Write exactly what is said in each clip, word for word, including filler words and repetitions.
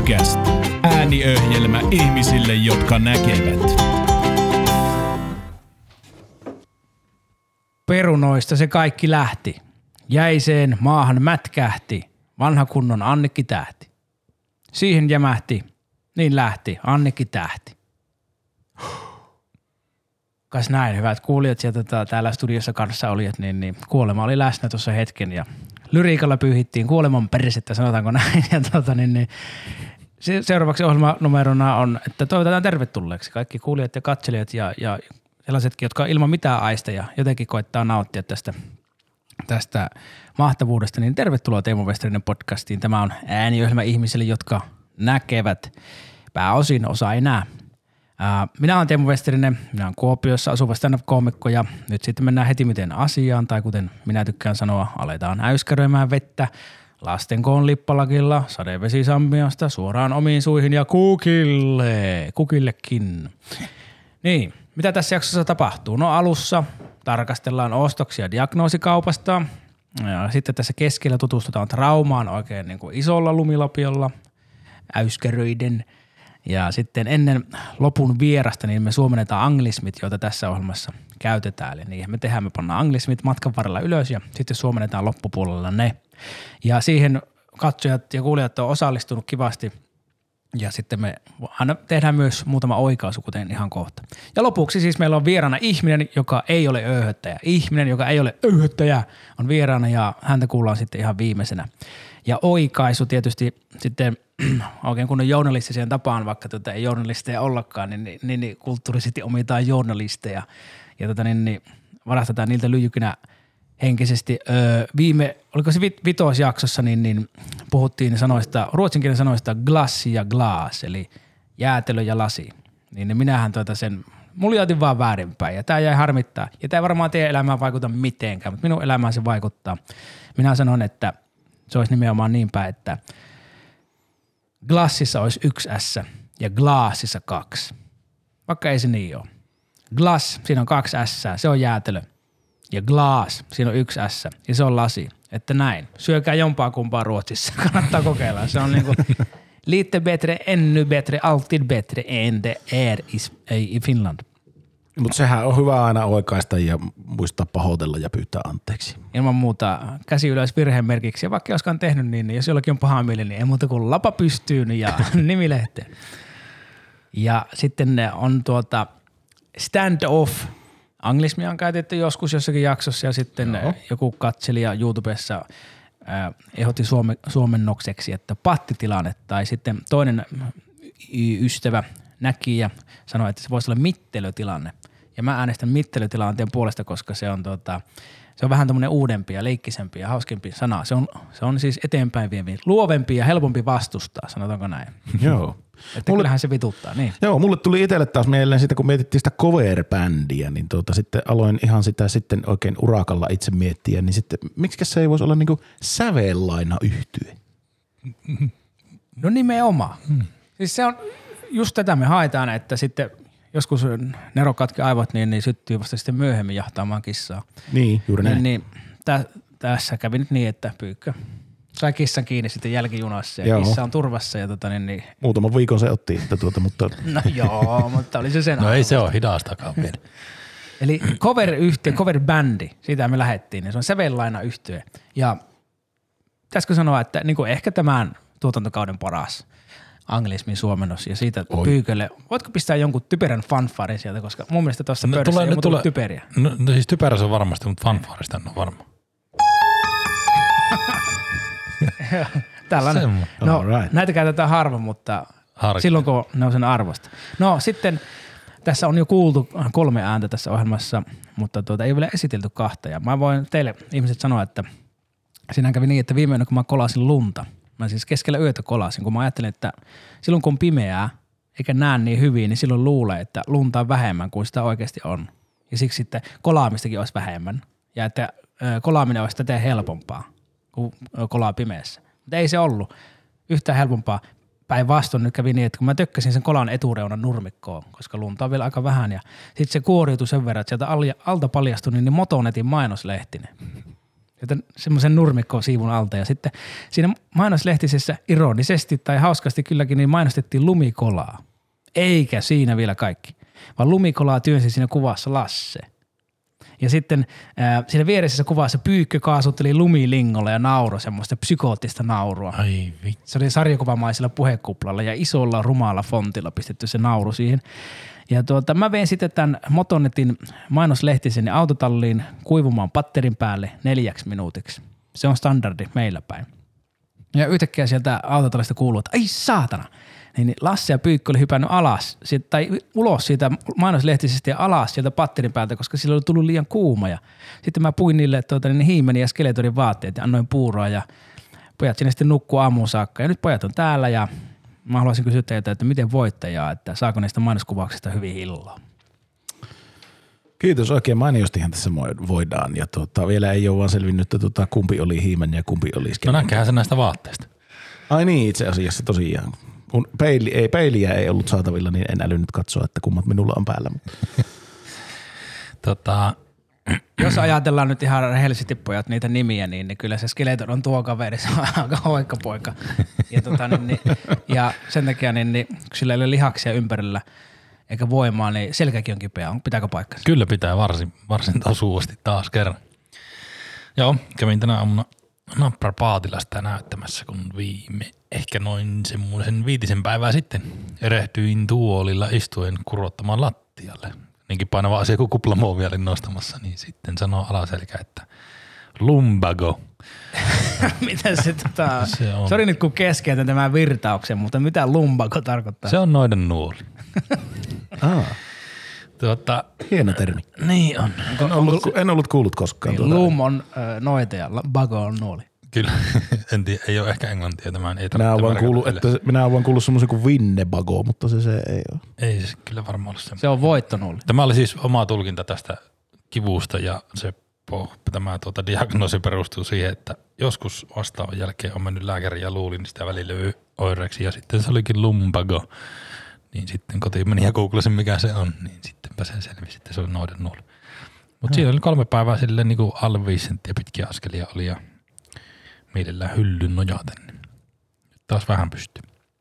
Podcast. Ääniöhjelmä ihmisille, jotka näkevät. Perunoista se kaikki lähti. Jäiseen maahan mätkähti. Vanha kunnon Annikki Tähti. Siihen jämähti. Niin lähti Annikki Tähti. Kas näin, hyvät kuulijat ja tota, täällä studiossa kanssa olijat, niin, niin kuolema oli läsnä tuossa hetken ja lyriikalla pyyhittiin kuoleman persettä, sanotaanko näin. Ja tota, niin, niin, seuraavaksi ohjelmanumerona on, että toivotetaan tervetulleeksi kaikki kuulijat ja katselijat ja, ja sellaisetkin, jotka ilman mitään aisteja jotenkin koittaa nauttia tästä, tästä mahtavuudesta, niin tervetuloa Teemu Westerinen podcastiin. Tämä on ääniöhjelmä ihmisille, jotka näkevät, pääosin osa ei näe. Minä olen Teemu Westerinen, minä olen Kuopiossa asuva stand-up-koomikko ja nyt sitten mennään heti miten asiaan, tai kuten minä tykkään sanoa, aletaan äyskäröimään vettä lasten koon lippalakilla sadevesisammiosta suoraan omiin suihin ja kukille, kukillekin. Niin, mitä tässä jaksossa tapahtuu? No alussa tarkastellaan ostoksia diagnoosikaupasta ja sitten tässä keskellä tutustutaan traumaan oikein niin kuin isolla lumilapiolla, äyskäröiden. Ja sitten ennen lopun vierasta niin me suomennetaan anglismit, joita tässä ohjelmassa käytetään. Eli niihin me tehdään, me pannaan anglismit matkan varrella ylös ja sitten suomennetaan loppupuolella ne. Ja siihen katsojat ja kuulijat on osallistunut kivasti ja sitten me aina tehdään myös muutama oikaisu, kuten ihan kohta. Ja lopuksi siis meillä on vieraana ihminen, joka ei ole öyhöttäjä. Ihminen, joka ei ole öyhöttäjä, on vieraana ja häntä kuullaan sitten ihan viimeisenä. Ja oikaisu tietysti sitten oikein kunnon journalistiseen tapaan, vaikka tuota ei journalisteja ollakaan, niin, niin, niin, niin kulttuurisesti omitaan journalisteja ja tota, niin, niin varastetaan niiltä lyijykynä henkisesti. Öö, viime, oliko se vit, vitosjaksossa, niin, niin puhuttiin sanoista, ruotsinkielen sanoista glass ja glass, eli jäätelö ja lasi. Niin, niin minähän tuota sen, mulla otin vaan väärinpäin ja tää jäi harmittaa. Ja tää ei varmaan teidän elämään vaikuta mitenkään, mutta minun elämään se vaikuttaa. Minä sanon, että se olisi nimenomaan niin päin, että glassissa olisi yksi S ja glassissa kaksi. Vaikka ei se niin ole. Glass, siinä on kaksi S, se on jäätelö. Ja glass, siinä on yksi S ja se on lasi. Että näin. Syökää jompaa kumpaa Ruotsissa. Kannattaa kokeilla. Se on niinku lite bättre, ännu bättre, alltid bättre än det är i Finland. Mutta sehän on hyvä aina oikaista ja muistaa pahoitella ja pyytää anteeksi. Ilman muuta käsi ylös virheen merkiksi. Ja vaikka joskaan tehnyt niin, niin jos jollakin on paha mieli, niin ei muuta kuin lapa pystyyn ja nimilehteen. Ja sitten on tuota stand-off. Anglismia on käytetty joskus jossakin jaksossa ja sitten Joo. joku katselija YouTubessa äh, ehdotti suome, suomennokseksi, että pattitilanne tai sitten toinen ystävä näki ja sanoi, että se voisi olla mittelötilanne. Ja mä äänestän mittelötilanteen puolesta, koska se on, tota, se on vähän tämmöinen uudempi ja leikkisempi ja hauskempi sana. Se on, se on siis eteenpäin vieviin, luovempi ja helpompi vastustaa, sanotaanko näin. Joo. Että mulle, kyllähän se vituttaa, niin. Joo, mulle tuli itselle taas mieleen sitä, kun mietittiin sitä cover-bändiä, niin tuota, sitten aloin ihan sitä sitten oikein urakalla itse miettiä, niin sitten miksi se ei voisi olla niinku sävellaina yhtye? No nimenomaan. Hmm. Siis se on, just tätä me haetaan, että sitten joskus nerokkaatkin aivot niin, niin syttyy vasta sitten myöhemmin jahtaamaan kissaa. Niin, juuri näin. Niin, niin tä, tässä kävi nyt niin, että Pyykkö sai kissan kiinni sitten jälkijunassa ja joo. Kissa on turvassa. Ja tota, niin, niin. Muutaman viikon se otti, että tuota, mutta. No joo, mutta oli se sen. No ei se ole hidastakaan vielä. Eli cover-yhtye, cover-bändi, siitä me lähdettiin, niin se on sävellaina-yhtye. Ja pitäisikö sanoa, että niin kuin ehkä tämän tuotantokauden paras anglismin suomennos ja siitä Oi. Pyykölle. Voitko pistää jonkun typerän fanfarin sieltä, koska mun mielestä tuossa no, pöydässä ei tule typeriä. No, no siis typerä se on varmasti, mutta fanfarista en ole varma. Tällainen. Semmo. No right. Näitä käytetään harvoin, mutta Harkki. Silloin kun ne on sen arvosta. No sitten tässä on jo kuultu kolme ääntä tässä ohjelmassa, mutta tuota, ei ole vielä esitelty kahta. Ja mä voin teille ihmiset sanoa, että siinä kävi niin, että viimeinen kun mä kolasin lunta, mä siis keskellä yötä kolasin, kun mä ajattelin, että silloin kun on pimeää eikä näe niin hyvin, niin silloin luulee, että lunta on vähemmän kuin sitä oikeasti on. Ja siksi sitten kolaamistakin olisi vähemmän ja että kolaaminen olisi tätä helpompaa kuin kolaa pimeässä. Mutta ei se ollut yhtään helpompaa. Päinvastoin nyt kävi niin, että kun mä tökkäsin sen kolan etureunan nurmikkoon, koska lunta on vielä aika vähän ja sitten se kuoriutui sen verran, että sieltä alta paljastui niin Motonetin mainoslehtinen. sieltä semmoisen nurmikko-siivun alta. Ja sitten siinä mainoslehtisessä ironisesti tai hauskasti kylläkin niin mainostettiin lumikolaa. Eikä siinä vielä kaikki, vaan lumikolaa työnsi siinä kuvassa Lasse. Ja sitten äh, siinä viereisessä kuvassa Pyykkö kaasutteli lumilingolla ja nauroi semmoista psykoottista naurua. Ai vitsi. Se oli sarjakuvamaisella puhekuplalla ja isolla rumalla fontilla pistetty se nauru siihen. Ja tuota, mä vein sitten tämän Motonetin mainoslehtisen autotalliin kuivumaan patterin päälle neljäksi minuutiksi. Se on standardi meillä päin. Ja yhtäkkiä sieltä autotallista kuuluu, että ai saatana. Niin Lasse ja Pyykkö oli hypännyt alas, tai ulos siitä mainoslehtisestä ja alas sieltä patterin päältä, koska sillä oli tullut liian kuuma. Ja sitten mä puin niille tuota, niin Hiimenin ja Skeletorin vaatteet ja annoin puuroa ja pojat sinne sitten nukkuu aamuun saakka. Ja nyt pojat on täällä ja mä haluaisin kysyä teiltä, että miten voitte ja että saako niistä mainoskuvauksista hyvin illoa? Kiitos oikein mainiostihan tässä voidaan. Ja tuota, vielä ei ole vaan selvinnyt, että tuota, kumpi oli Hiimen ja kumpi oli Skeleton. No näkehän se näistä vaatteista. Ai niin, itse asiassa tosiaan. Kun peili, ei, peiliä ei ollut saatavilla, niin en älynyt katsoa, että kummat minulla on päällä. tota, Jos ajatellaan nyt ihan rehellisesti pojat niitä nimiä, niin, niin kyllä se Skeleton on tuo kaveri, se on aika hoikka poika. Ja, tota, niin, niin, ja sen takia, niin, niin, kun sillä ei ole lihaksia ympärillä eikä voimaa, niin selkäkin on kipeä. On, pitääkö paikkansa? Kyllä pitää varsin, varsin osuvasti taas kerran. Joo, kävin tänä aamuna Nappar Paatilasta näyttämässä, kun viime ehkä noin semmoisen viitisen päivää sitten erehtyin tuolilla istuen kurottamaan lattialle. Niinkin painava asia kuin kuplamuovia olin nostamassa, niin sitten sanoo alaselkä, että lumbago. Mitä se tota, se on? Sori nyt kun keskeytän tämän virtauksen, mutta mitä lumbago tarkoittaa? Se on noiden nuoli. Ah, Tuota, hieno termi. niin on. En ollut, en ollut kuullut koskaan. Niin, tuota. lum on äh, noita ja bago on nuoli. Kyllä, en tiedä, ei ole ehkä englantia tämän. Ei Minä olen vaan tarvitse kuullut, merkata että minä olen vaan kuullut semmoisen kuin Winnebago, mutta se, se ei ole. Ei se kyllä varmaan ollut semmoinen. Se on voittonuoli. Tämä oli siis oma tulkinta tästä kivusta ja se tämä tuota, diagnoosi perustuu siihen, että joskus vastaavan jälkeen on mennyt lääkäri ja luulin sitä välilevyoireeksi ja sitten se olikin lumbago. Niin sitten kotiin meni ja googlasin mikä se on, niin sittenpä se selvisi, että se on noiden nuoli. Mutta siinä oli kolme päivää silleen niin kuin alle viisi senttiä pitkiä askelia oli ja mielellään hyllyn nojaten. Nyt taas vähän pystyy.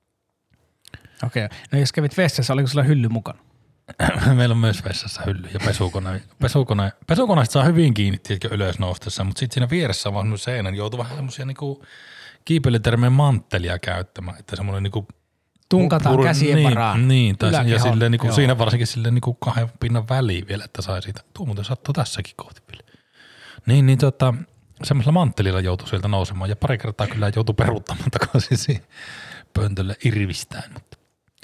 Okei. No jos kävit vessassa, oliko sulla hylly mukana? Meillä on myös vessassa hylly ja pesukone. pesukone pesukoneista saa hyvin kiinni tietenkin ylös noustessa, mutta sitten siinä vieressä on vaan seinä, niin joutuu vähän semmoisia niinku kiipeilytermeen manttelia käyttämään, että semmoinen niinku Tunkataan puru, käsien niin, varaan. Niin, tai ja silleen niinku, Joo. siinä varsinkin silleen niinku kahden pinnan väliin vielä, että sai siitä. Tuo muuten sattuu tässäkin kohti vielä. Niin, niin tota, semmoisella manttelilla joutui sieltä nousemaan ja pari kertaa kyllä joutui peruuttamaan takaisin siihen pöntölle irvistään, mutta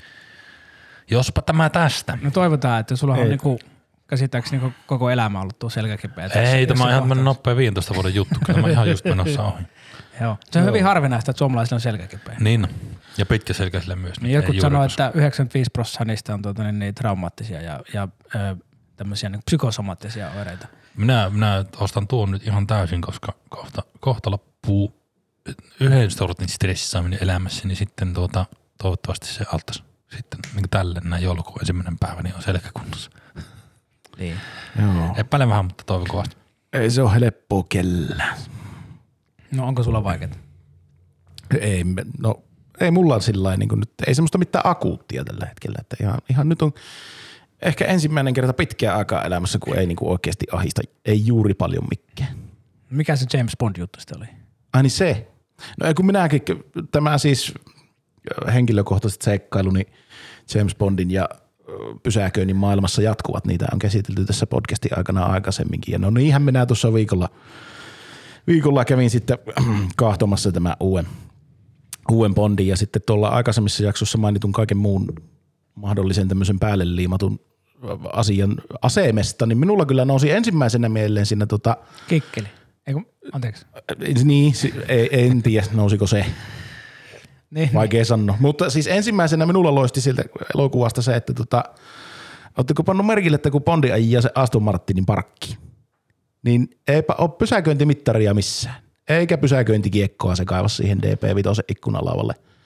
jospa tämä tästä. No toivotaan, että sulla Ei. on niinku, käsittääkseni niinku koko elämä ollut tuo selkäkipeä. Ei, tämä on ihan tämmöinen nopea viidentoista vuoden juttu, kyllä mä ihan just menossa ohi. Joo. Se on hyvin harvinaista, että suomalaisilla on selkäkipeä. Niin, ja pitkäselkäisillä myös. Niin jotkut sanoo, että yhdeksänkymmentäviisi prosenttia niistä on tuota, niin, niin, traumaattisia ja, ja ö, tämmöisiä niin psykosomaattisia oireita. Minä, minä ostan tuon nyt ihan täysin, koska kohta, kohta loppuu yhden sortin stressaaminen elämässä, niin sitten tuota, toivottavasti se altaisi sitten niin tälle näin joulukuun ensimmäinen päivä, niin on selkäkunnossa. Niin. Joo. Epäilen vähän, mutta toivon kovasti. Ei se ole helppoa kellään. No onko sulla vaikeaa? Ei, no, ei mulla sillä niin nyt, ei semmoista mitään akuuttia tällä hetkellä. Että ihan, ihan nyt on ehkä ensimmäinen kerta pitkään aikaa elämässä, kun ei niin kuin oikeasti ahista, ei juuri paljon mikään. Mikä se James Bond-juttu sitten oli? Ai niin se. No ei kun minäkin, tämä siis henkilökohtaiset seikkailuni James Bondin ja pysäköinnin maailmassa jatkuvat. Niitä on käsitelty tässä podcastin aikana aikaisemminkin. Ja no niinhän minä tuossa viikolla, viikolla kävin sitten kahtomassa tämän uuden, uuden Bondin ja sitten tuolla aikaisemmissa jaksossa mainitun kaiken muun mahdollisen tämmöisen päälle liimatun asian asemesta, niin minulla kyllä nousi ensimmäisenä mieleen siinä tota... Kikkeli. Eiku, anteeksi. Niin, ei, en tiedä nousiko se. Niin. Vaikea sanoa. Mutta siis ensimmäisenä minulla loisti siltä elokuvasta se, että tota, ootteko pannut merkille, että kun Bondi ajaa se Aston Martinin parkki, niin eipä ole pysäköintimittaria missään. Eikä pysäköintikiekkoa se kaivasi siihen D P viisi ikkunalauvalle.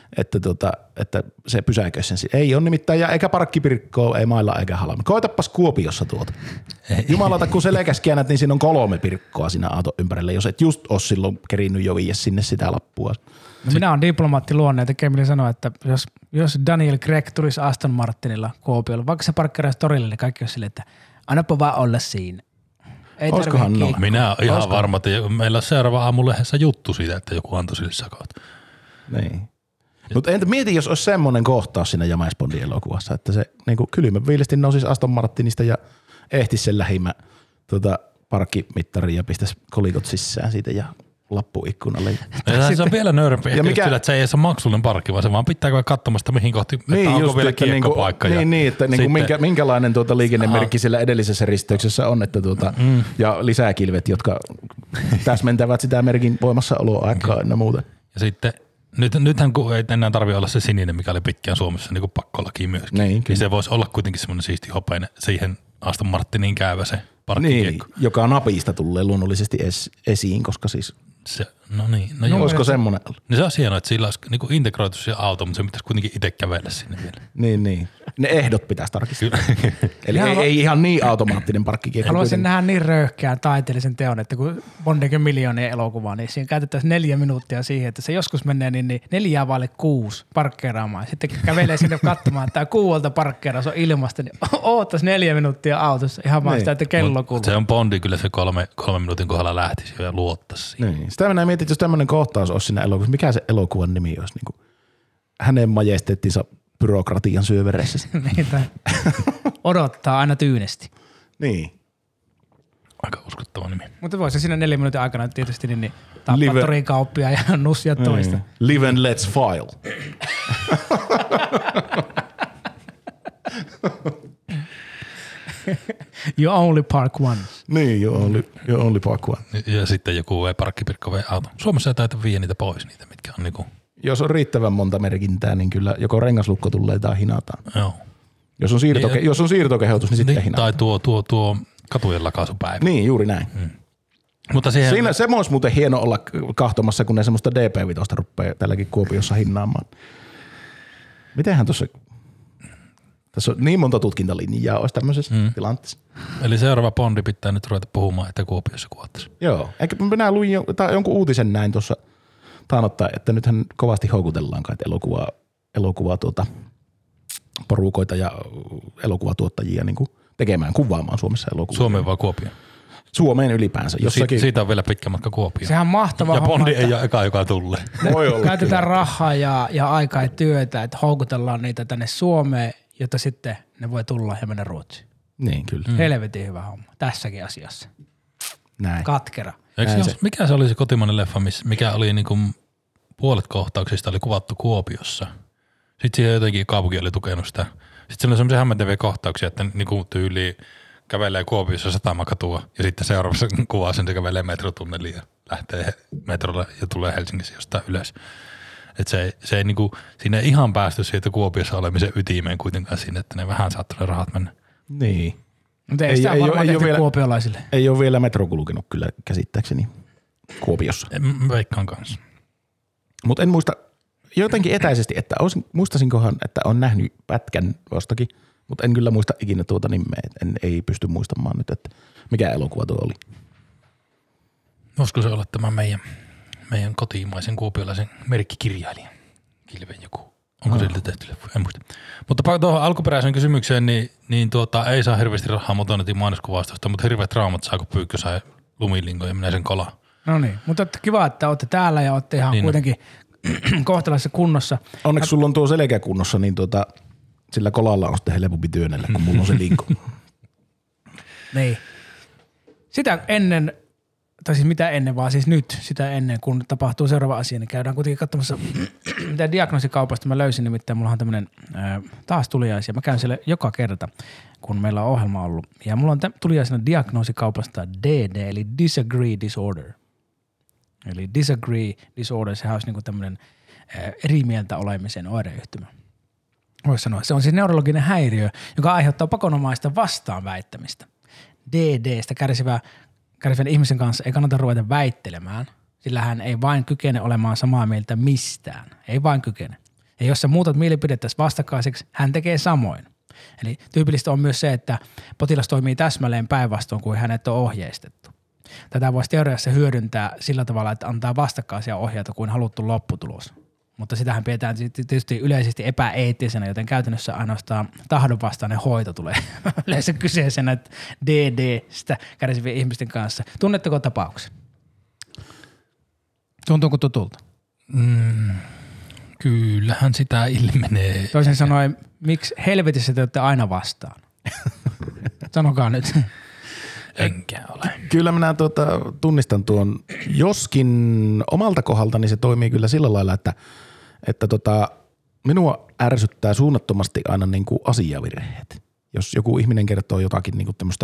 että, tota, että se pysäköisi sen. Ei ole nimittäin, ja eikä parkkipirkkoa, ei mailla eikä halama. Koetapas Kuopiossa tuota. Jumalata, kun selkäs käännät, niin siinä on kolme pirkkoa siinä auton ympärillä, jos et just ole silloin kerinnyt jo viiä sinne sitä lappua. No minä olen diplomaattiluonne ja tekee mieli sanoa, että jos, jos Daniel Craig tulisi Aston Martinilla Kuopiolla, vaikka se parkkeeraisi torille, niin kaikki olisi silleen, että annapa vaan olla siinä. Ei Olisikohan no? Minä olen ihan varma, että meillä on seuraava aamulehdessä juttu siitä, että joku antoi sille sakot. Niin. Mutta entä mieti, jos olisi semmoinen kohtaus siinä James Bondin elokuvassa, että se niin kylmä viilesti nousisi Aston Martinista ja ehtisi sen lähimmä tota, parkkimittariin ja pistäisi kolikot sisään siitä ja lappu ikkunalle. Ja se on vielä nöyrempi ehkä mikä... sillä, että se ei ole maksullinen parkki, vaan se vaan pitää käydä katsomasta mihin kohti, että niin, onko just, vielä kiekkopaikka. Niinku, niin, niin, että niinku minkä, minkälainen tuota liikennemerkki sillä edellisessä risteyksessä on, että tuota, mm. ja lisäkilvet, jotka täsmentävät sitä merkin voimassaoloaikaa ja muuta. Ja sitten nyt, nythän kun ei enää tarvitse olla se sininen, mikä oli pitkään Suomessa niin kuin pakkolaki myöskin, niin, niin se voisi olla kuitenkin semmoinen siisti hopeinen siihen Aston Martiniin käyvä se parkkikiekko. Niin, joka napista tulee luonnollisesti es, esiin, koska siis se, no niin. No joo, olisiko semmoinen ollut? No se on hienoa, että sillä olisi niin integroitu siihen auto, mutta se pitäisi kuitenkin itse kävellä sinne vielä. Niin, niin. Ne ehdot pitäisi tarkistaa. Eli ei, ei ihan niin automaattinen parkkikiekko. Haluaisin kuitenkin nähdä niin röyhkeän taiteellisen teon, että kun Bondin miljoonien elokuvaa, niin siinä käytettäisiin neljä minuuttia siihen, että se joskus menee niin, niin neljää vaille kuusi parkkeeraamaan. Sitten kävelee sinne katsomaan, että tämä kuuolta parkkeeraus on ilmasta, niin oottaisi neljä minuuttia autossa ihan vaan niin. Sitä, että kello kuluu. Se on Bondi, kyllä se kolme, kolme minuutin kohdalla lähtisi jo ja luottaisi siihen. Niin. Sitä mennään mietin, että jos tämmöinen kohtaus olisi siinä elokuvassa, mikä se elokuvan nimi olisi? Niin kuin hänen majesteettinsa byrokratian syövereissä. Niitä odottaa aina tyynesti. Niin. Aika uskottava nimi. Mutta voisi siinä neljän minuutin aikana tietysti niin, niin tappaa torikauppia ja nussia mm. toista. Live and let's file. You only park once. Niin, you only, you only park one. Ja sitten joku parkkipirkko vei auto. Suomessa ei taita viedä niitä pois, niitä mitkä on niinku. Jos on riittävän monta merkintää, niin kyllä joko rengaslukko tulee tai hinataan. Joo. Jos on, siirtoke- niin, jos on siirtokehotus, niin sitten niin, hinataan. Tai tuo, tuo, tuo katujen lakaisupäivä. Niin, juuri näin. Hmm. Mutta siihen... Siinä se olisi muuten hieno olla kahtomassa, kun ne semmoista D P viisi rupeaa tälläkin Kuopiossa hinnaamaan. Mitenhän tuossa... Tässä on niin monta tutkintalinjaa olisi tämmöisessä hmm. tilanteessa. Eli seuraava Bondi pitää nyt ruveta puhumaan, että Kuopiossa kuvattaisiin. Joo. Eikä minä luin jo, tai jonkun uutisen näin tuossa taanottaa, että nythän kovasti houkutellaan kai elokuvaa, elokuvaa tuota, porukoita ja elokuvatuottajia niin kuin tekemään, kuvaamaan Suomessa elokuvia. Suomeen vai Kuopioon? Suomeen ylipäänsä. Jossakin... Si- siitä on vielä pitkä matka Kuopioon. Sehän on mahtava ja homma. Bondi ei ole eka, joka tulee. Käytetään rahaa ja, ja aikaa ja työtä, että houkutellaan niitä tänne Suomeen, jotta sitten ne voi tulla ja mennä Ruotsiin. Niin, kyllä. Mm. Helvetin hyvä homma tässäkin asiassa. Näin. Katkera. Näin se, mikä se oli se kotimainen leffa, mikä oli niinku puolet kohtauksista oli kuvattu Kuopiossa. Sitten siihen jotenkin kaupunki oli tukenut sitä. Sitten siinä oli semmoisia hämmentäviä kohtauksia, että niinku tyyliin kävelee Kuopiossa Satamakatua ja sitten seuraavassa kuvaa sen, se kävelee metrotunneliin ja lähtee metrolle ja tulee Helsingissä jostain ylös. Että se, se ei niinku, siinä ei ihan päästy siitä Kuopiossa olemisen ytimeen kuitenkaan siinä, että ne vähän saattaa rahat mennä. Niin. Mutta ei, ei sitä varmaan tehty kuopiolaisille. Ei ole vielä metro kulkenut kyllä käsittääkseni Kuopiossa. En, veikkaan kanssa. Mutta en muista jotenkin etäisesti, että olisin, muistasinkohan, että on nähnyt pätkän jostakin, mutta en kyllä muista ikinä tuota nimeä. En, ei pysty muistamaan nyt, että mikä elokuva tuo oli. Voisiko se olla tämä meidän, meidän kotimaisen kuopiolaisen merkkikirjailijan Kilven joku? Onko no. Siltä tehty leffu? En muista. Mutta tuohon alkuperäiseen kysymykseen, niin, niin tuota, ei saa hirveästi rahaa Motonetin mainoskuvaustosta, mutta hirveät raamat saa, kun Pyykkö sai lumilingon ja menee sen kolaan. No niin, mutta kiva, että olette täällä ja olette ihan niin kuitenkin no. kohtalaisessa kunnossa. Onneksi sulla on tuo selkä kunnossa, niin tuota, sillä kolalla on sitten helpompi työnnellä, kun mulla on se linko. Niin. Sitä ennen, tai siis mitä ennen, vaan siis nyt sitä ennen, kun tapahtuu seuraava asia, niin käydään kuitenkin katsomassa, mitä diagnoosikaupasta mä löysin, nimittäin mulla on tämmöinen taas tuliaisia. Mä käyn siellä joka kerta, kun meillä on ohjelma ollut. Ja mulla on tuliaisena diagnoosikaupasta D D, eli Disagree Disorder. Eli Disagree Disorder, sehän olisi niinku tämmöinen eri mieltä olemisen oireyhtymä. Voisi sanoa, se on siis neurologinen häiriö, joka aiheuttaa pakonomaista vastaan väittämistä. D D:stä kärsivä kärsivän ihmisen kanssa ei kannata ruveta väittelemään, sillä hän ei vain kykene olemaan samaa mieltä mistään. Ei vain kykene. Ja jos sä muutat mielipidettä vastakkaiseksi, hän tekee samoin. Eli tyypillistä on myös se, että potilas toimii täsmälleen päinvastoin kuin hänet on ohjeistettu. Tätä voisi teoriassa hyödyntää sillä tavalla, että antaa vastakkaisia ohjeita kuin haluttu lopputulos. Mutta sitähän pidetään tietysti yleisesti epäeettisenä, joten käytännössä ainoastaan tahdonvastainen hoito tulee yleensä kyseisenä D D:stä kärsivien ihmisten kanssa. Tunnetteko tapauksen? Tuntuuko tutulta? Mm, kyllähän sitä ilmenee. Toisin sanoen, miksi helvetissä te olette aina vastaan? Sanokaa nyt. Enkä ole. Kyllä minä tuota, tunnistan tuon, joskin omalta kohdaltani se toimii kyllä sillä lailla, että, että tota, minua ärsyttää suunnattomasti aina niin kuin asiavirheet. Jos joku ihminen kertoo jotakin niin kuin tämmöistä,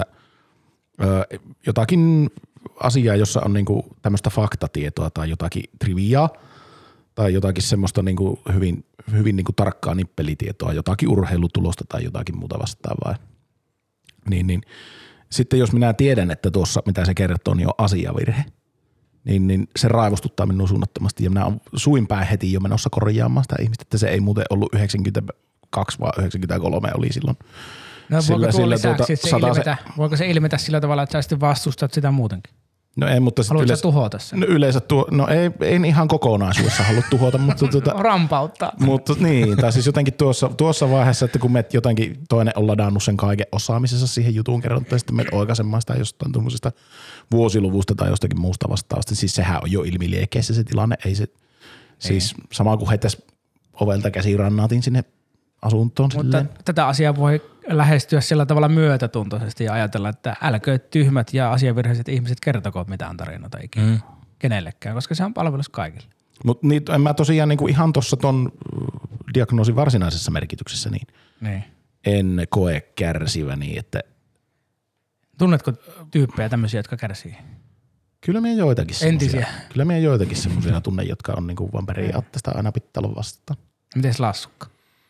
ö, jotakin asiaa, jossa on niin kuin tämmöistä faktatietoa tai jotakin triviaa tai jotakin semmoista niin kuin hyvin, hyvin niin kuin tarkkaa nippelitietoa, jotakin urheilutulosta tai jotakin muuta vastaavaa, niin, niin sitten jos minä tiedän, että tuossa mitä se kertoo, niin on asiavirhe, niin, niin se raivostuttaa minua suunnattomasti ja minä olen suin päin heti jo menossa korjaamaan sitä ihmistä, että se ei muuten ollut yhdeksänkymmentäkaksi vaan yhdeksänkymmentäkolme oli silloin. No sillä, voiko tuon lisäksi tuota, se ilmetä, voiko se ilmetä sillä tavalla, että sä sitten vastustat sitä muutenkin? No ei, mutta haluatko yleensä, tuhota sen? No yleensä tuo, no ei, en ihan kokonaisuudessa halua tuhota, mutta tuota, rampauttaa. Mutta niin, tai siis jotenkin tuossa, tuossa vaiheessa, että kun me jotenkin toinen on ladannut sen kaiken osaamisessa siihen jutun kerran, tai sitten me oikaisemaan sitä jostain tuommoisesta vuosiluvusta tai jostakin muusta vastaavasta, siis sehän on jo ilmiliekeissä se tilanne, ei se, ei. Siis sama kuin heittäisi ovelta käsirannaatin sinne asuntoon. Mutta silleen. Tätä asiaa voi lähestyä sillä tavalla myötätuntoisesti ja ajatella, että älköö tyhmät ja asiavirheiset ihmiset kertokoot mitään tarinoita ikinä mm. kenellekään, koska se on palvelus kaikille. Mutta niin, en mä tosiaan niinku ihan tuossa ton diagnoosin varsinaisessa merkityksessä niin, niin. en koe kärsiväni, että tunnetko tyyppejä tämmöisiä, jotka kärsii? Kyllä minä joitakin Entisiä. Kyllä minä joitakin semmoisia tunne, jotka on niinku vaan periaatteesta aina pitää olla vastaan. Mites Lassukka?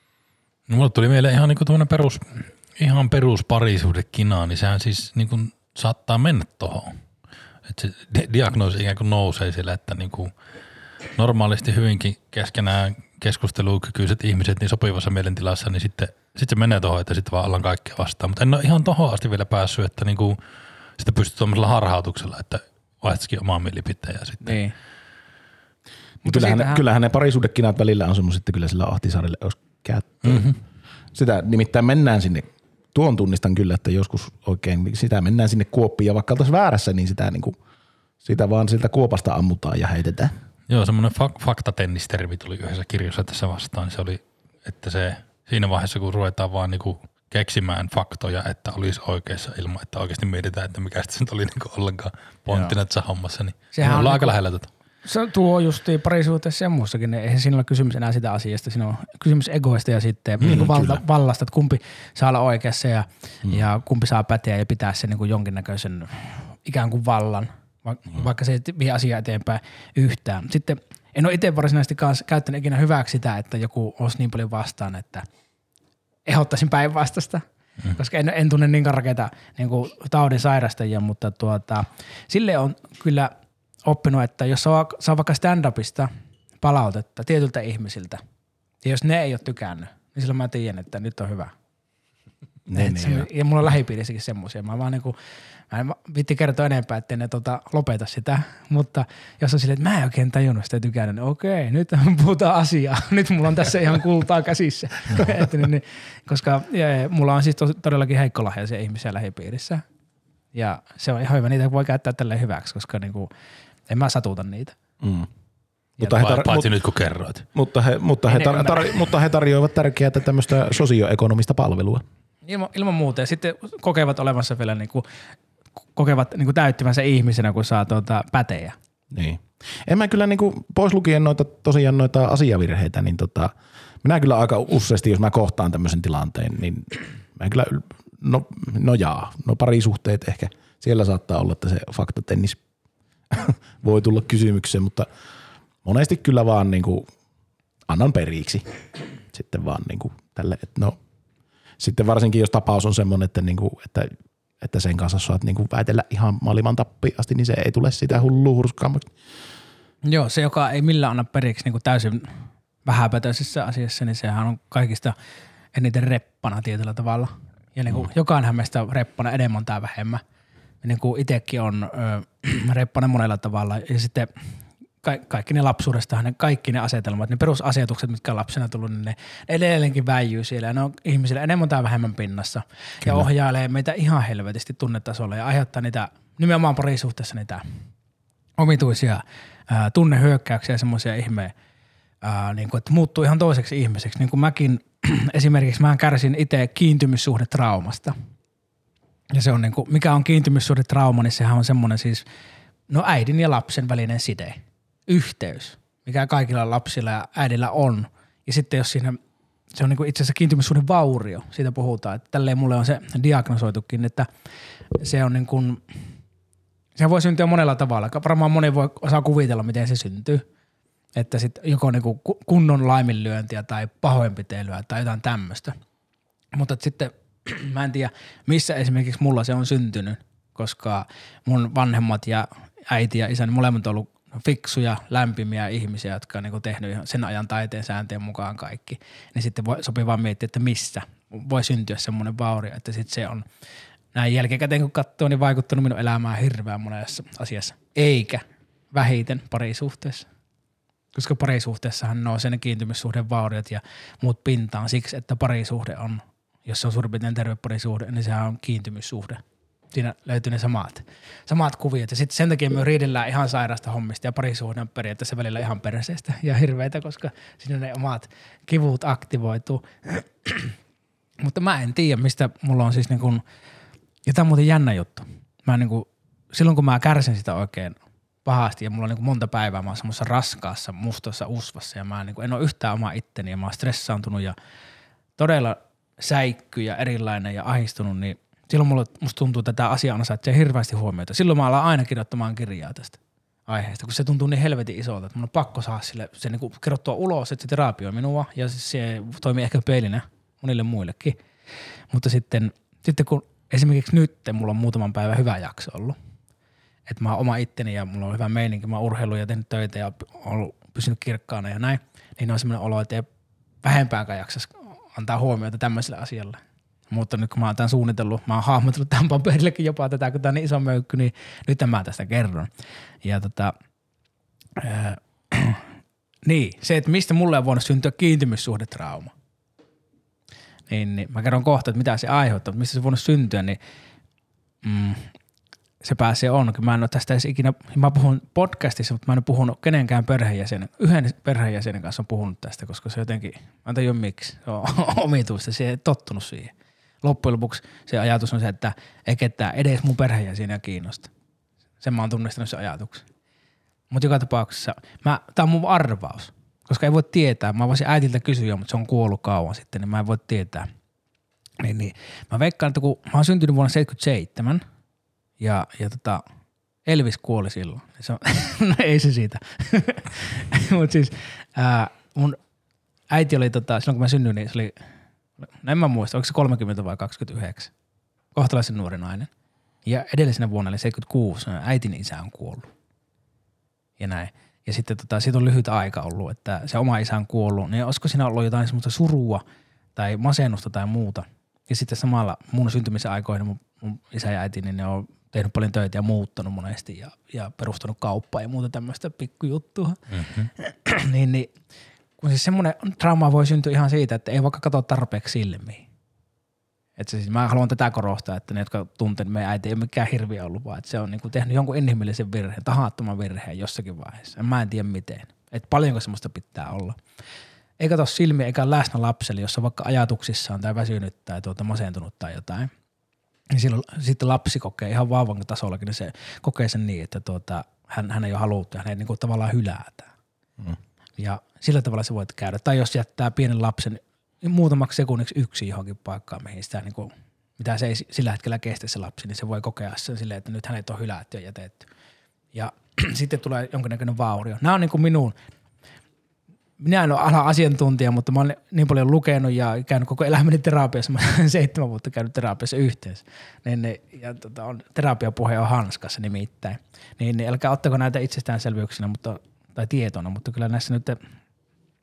No mulle tuli mieleen ihan niinku tuommoinen perus, ihan perus parisuhdekina, niin sehän siis niinku saattaa mennä tohon. Että se diagnoosi ikään kuin nousee sillä, että niinku normaalisti hyvinkin keskenään keskustelukykyiset ihmiset niin sopivassa mielentilassa, niin sitten, sitten se menee tohon, että sitten vaan ollaan kaikkea vastaan. Mutta en ole ihan tohon asti vielä päässyt, että niinku sitten pystyy tuollaisella harhautuksella, että vaihtaisikin omaa mielipiteen ja sitten. Niin. Mutta kyllähän, siitähän... kyllähän ne parisuhdekinat välillä on semmoiset, että kyllä sillä Ahtisaarelle olisi käyttöä. Mm-hmm. Sitä nimittäin mennään sinne, tuon tunnistan kyllä, että joskus oikein sitä mennään sinne kuoppiin ja vaikka oltaisiin väärässä, niin sitä, niin kuin, sitä vaan siltä kuopasta ammutaan ja heitetään. Joo, semmoinen fak- faktatennistermi tuli yhdessä kirjassa tässä vastaan. Se oli, että se siinä vaiheessa, kun ruvetaan vaan niinku keksimään faktoja, että olisi oikeassa ilman, että oikeasti mietitään, että mikä sitten oli niinku ollenkaan pointtina tässä hommassa, niin sehän ollaan aika lähellä tätä. Se tuo justiin parisuhteessa ja muussakin, niin eihän siinä ole kysymys enää sitä asiasta, siinä on kysymys egoista ja sitten mm, niin valta, vallasta, että kumpi saa olla oikeassa ja, mm. ja kumpi saa päteä ja pitää sen niin kuin jonkinnäköisen ikään kuin vallan, vaikka se ei vie asiaa eteenpäin yhtään. Sitten en ole itse varsinaisesti kanssa käyttänyt ikinä hyväksi sitä, että joku olisi niin paljon vastaan, että ehdottaisin päinvastaista, mm. koska en, en tunne niin karkeita niin kuin taudin sairastajia, mutta tuota, sille on kyllä oppinut, että jos saa, saa vaikka stand-upista palautetta tietyltä ihmisiltä, ja jos ne ei ole tykännyt, niin silloin mä tiedän, että nyt on hyvä. Ne, ne, se, ja mulla on lähipiirissäkin semmoisia. Mä vaan niinku, mä en viitti kertoa enempää, ettei ne tota, lopeta sitä, mutta jos on silleen, että mä en oikein tajunnut sitä tykännyt, niin okei, nyt puhutaan asiaa. Nyt mulla on tässä ihan kultaa käsissä. että, niin, niin, koska ja, mulla on siis tos, todellakin heikkolahjaisia ihmisiä lähipiirissä. Ja se on ihan hyvä, niitä voi käyttää tälleen hyväksi, koska niinku, en mä satuta niitä. Mm. Mutta he, tar- Paitsi mut, nyt kun kerroit. Mutta he, mutta, he tar- tar- mutta he tarjoavat tärkeää tämmöistä sosioekonomista palvelua. Ilman, ilman muuta. Ja sitten kokevat olevansa vielä niinku, kokevat niinku täyttyvänsä ihmisenä, kun saa tuota pätejä. Niin. En mä kyllä niinku, pois lukien noita, tosiaan noita asiavirheitä, niin tota, minä kyllä aika useasti, jos mä kohtaan tämmöisen tilanteen, niin mä kyllä, no, no jaa, no parisuhteet ehkä. Siellä saattaa olla, että se faktatennis voi tulla kysymykseen, mutta monesti kyllä vaan niinku annan periksi sitten vaan niinku tälle, että no sitten varsinkin jos tapaus on semmoinen, että, niinku, että, että sen kanssa saat niinku väitellä ihan maailman tappiin asti, niin se ei tule sitä hullua hurskaammaksi. Joo, se joka ei millään anna periksi niinku täysin vähäpätöisessä asiassa, niin sehän on kaikista eniten reppana tietyllä tavalla. Ja niin kuin mm. jokainenhan meistä on reppana enemmän tai vähemmän. Ja niin kuin itsekin on ö, reppana monella tavalla. Ja sitten ka- kaikki ne lapsuudestahan, ne kaikki ne asetelmat, ne perusasetukset, mitkä on lapsena tullut, niin ne edelleenkin väijyy siellä. Ja ne on ihmisille enemmän tai vähemmän pinnassa. Kyllä. Ja ohjailee meitä ihan helvetisti tunnetasolla ja aiheuttaa niitä, nimenomaan parisuhteessa niitä omituisia ää, tunnehyökkäyksiä ja semmoisia ihmeä, ää, niin kuin, että muuttuu ihan toiseksi ihmiseksi. Niin kuin mäkin esimerkiksi, mä kärsin itse kiintymyssuhdetraumasta. Ja se on niin kuin, mikä on kiintymyssuhdetrauma, niin sehän on semmoinen siis, no äidin ja lapsen välinen side, yhteys, mikä kaikilla lapsilla ja äidillä on. Ja sitten jos siinä, se on niin kuin itse asiassa kiintymyssuhdevaurio, siitä puhutaan, että tälleen mulle on se diagnosoitukin, että se on niin kuin, se voi syntyä monella tavalla. Varmaan moni voi osaa kuvitella, miten se syntyy. Että sitten joko niinku kunnon laiminlyöntiä tai pahoinpitelyä tai jotain tämmöistä. Mutta sitten mä en tiedä, missä esimerkiksi mulla se on syntynyt, koska mun vanhemmat ja äiti ja isä, niin molemmat on ollut fiksuja, lämpimiä ihmisiä, jotka on niinku tehnyt sen ajan taiteen sääntöjen mukaan kaikki. Niin sitten voi, sopii vaan miettiä, että missä voi syntyä semmoinen vaurio, että sitten se on näin jälkikäteen kun katsoo, niin vaikuttanut minun elämään hirveän monessa asiassa. Eikä vähiten parisuhteessa. Koska parisuhteessahan nousee ne kiintymyssuhdevauriot ja muut pintaan siksi, että parisuhde on, jos se on suurin piirtein terve parisuhde, niin sehän on kiintymyssuhde. Siinä löytyy ne samat, samat kuviot. Ja sitten sen takia me riidellään ihan sairaasta hommista ja parisuhde on periaatteessa välillä ihan perseestä ja hirveitä, koska siinä ne omat kivut aktivoituu. Mutta mä en tiedä, mistä mulla on siis niin kuin, ja tämä on muuten jännä juttu. Mä niin kuin, silloin kun mä kärsin sitä oikein pahasti ja mulla on niin kuin monta päivää, mä oon semmoisessa raskaassa, mustassa usvassa ja mä niin kuin en ole yhtään oma itteni ja mä oon stressaantunut ja todella säikky ja erilainen ja ahistunut, niin silloin mulla, musta tuntuu, että tämä asia ansaitsee hirveästi huomiota. Silloin mä alan aina kirjoittamaan kirjaa tästä aiheesta, kun se tuntuu niin helvetin isolta, että mun on pakko saada sille, se niin kuin kerrottua ulos, että se terapioi minua ja se toimii ehkä peilinä monille muillekin. Mutta sitten, sitten kun esimerkiksi nyt mulla on muutaman päivän hyvä jakso ollut, että mä oon oma itteni ja mulla on hyvä meininki, mä oon urheillut ja tehnyt töitä ja ollut pysynyt kirkkaana ja näin, niin on semmoinen olo, että ei vähempäänkään jaksaisi antaa huomiota tämmöiselle asialle. Mutta nyt kun mä oon tämän suunnitellut, mä oon hahmotellut tämän paperillekin jopa tätä, kun tää on niin iso möykky, niin nyt mä tästä kerron. Ja tota, ää, niin, se, että mistä mulle on voinut syntyä kiintymyssuhdetrauma, niin, niin mä kerron kohta, että mitä se aiheuttaa, että mistä se on voinut syntyä, niin mm, se pääsee on. Mä en ole tästä edes ikinä, mä puhun podcastissa, mutta mä en ole puhunut kenenkään perheenjäsenen, yhden perheenjäsenen kanssa on puhunut tästä, koska se jotenkin, mä en tajua miksi, se on omituista, se ei tottunut siihen. Loppujen lopuksi se ajatus on se, että ei ketään edes mun perheenjäseniä kiinnosta. Sen mä oon tunnistanut se ajatuksen. Mutta joka tapauksessa, mä, tää on mun arvaus, koska ei voi tietää. Mä voisin äitiltä kysyä, mutta se on kuollut kauan sitten, niin mä en voi tietää. Niin, niin. Mä veikkaan, että kun mä oon syntynyt vuonna seitsemänkymmentäseitsemän ja, ja tota, Elvis kuoli silloin. Se on, no ei se siitä. Mutta siis ää, mun äiti oli tota, silloin kun mä synnyin, niin se oli, no en mä muista, onko se kolmekymmentä vai kaksikymmentäyhdeksän. Kohtalaisen nuori nainen. Ja edellisenä vuonna eli seitsemänkymmentäkuusi äitin isä on kuollut. Ja näin. Ja sitten tota, siitä on lyhyt aika ollut, että se oma isä on kuollut. Niin olisiko siinä ollut jotain semmoista surua tai masennusta tai muuta. Ja sitten samalla mun syntymisen aikoina mun, mun isä ja äiti, niin ne on tehnyt paljon töitä ja muuttanut monesti ja, ja perustanut kauppaa ja muuta tämmöistä pikkujuttua. Mm-hmm. niin, niin, kun siis semmoinen trauma voi syntyä ihan siitä, että ei vaikka katso tarpeeksi silmiin. Että siis mä haluan tätä korostaa, että ne, jotka tuntee, että meidän äiti ei ole mikään hirviö ollut, vaan että se on niinku tehnyt jonkun inhimillisen virheen, tahattoman virheen jossakin vaiheessa. Mä en tiedä miten. Että paljonko semmoista pitää olla. Ei katso silmiä eikä läsnä lapselle, jos on vaikka ajatuksissaan tai väsynyt tai tuota masentunut tai jotain. Niin silloin sitten lapsi kokee ihan vauvan tasollakin, niin se kokee sen niin, että tuota, hän, hän ei ole haluttu ja hän ei niinku tavallaan hylätä. Mm. Ja sillä tavalla se voi käydä. Tai jos jättää pienen lapsen muutamaksi sekunniksi yksi johonkin paikkaan, mihin sitä niin kuin, mitä se ei sillä hetkellä kestä se lapsi, niin se voi kokea sen silleen, että nyt hänet on hylätty ja jätetty. Ja sitten tulee jonkinnäköinen vaurio. Nämä on niin kuin minun, minä en ole ala asiantuntija, mutta mä olen niin paljon lukenut ja käynyt koko elämäni terapiassa, mä olen seitsemän vuotta käynyt terapiassa yhteensä. Niin, niin, ja tota, on, terapiapuhe on hanskassa nimittäin. Niin, niin älkää ottako näitä itsestäänselvyyksinä mutta, tai tietona, mutta kyllä näissä nyt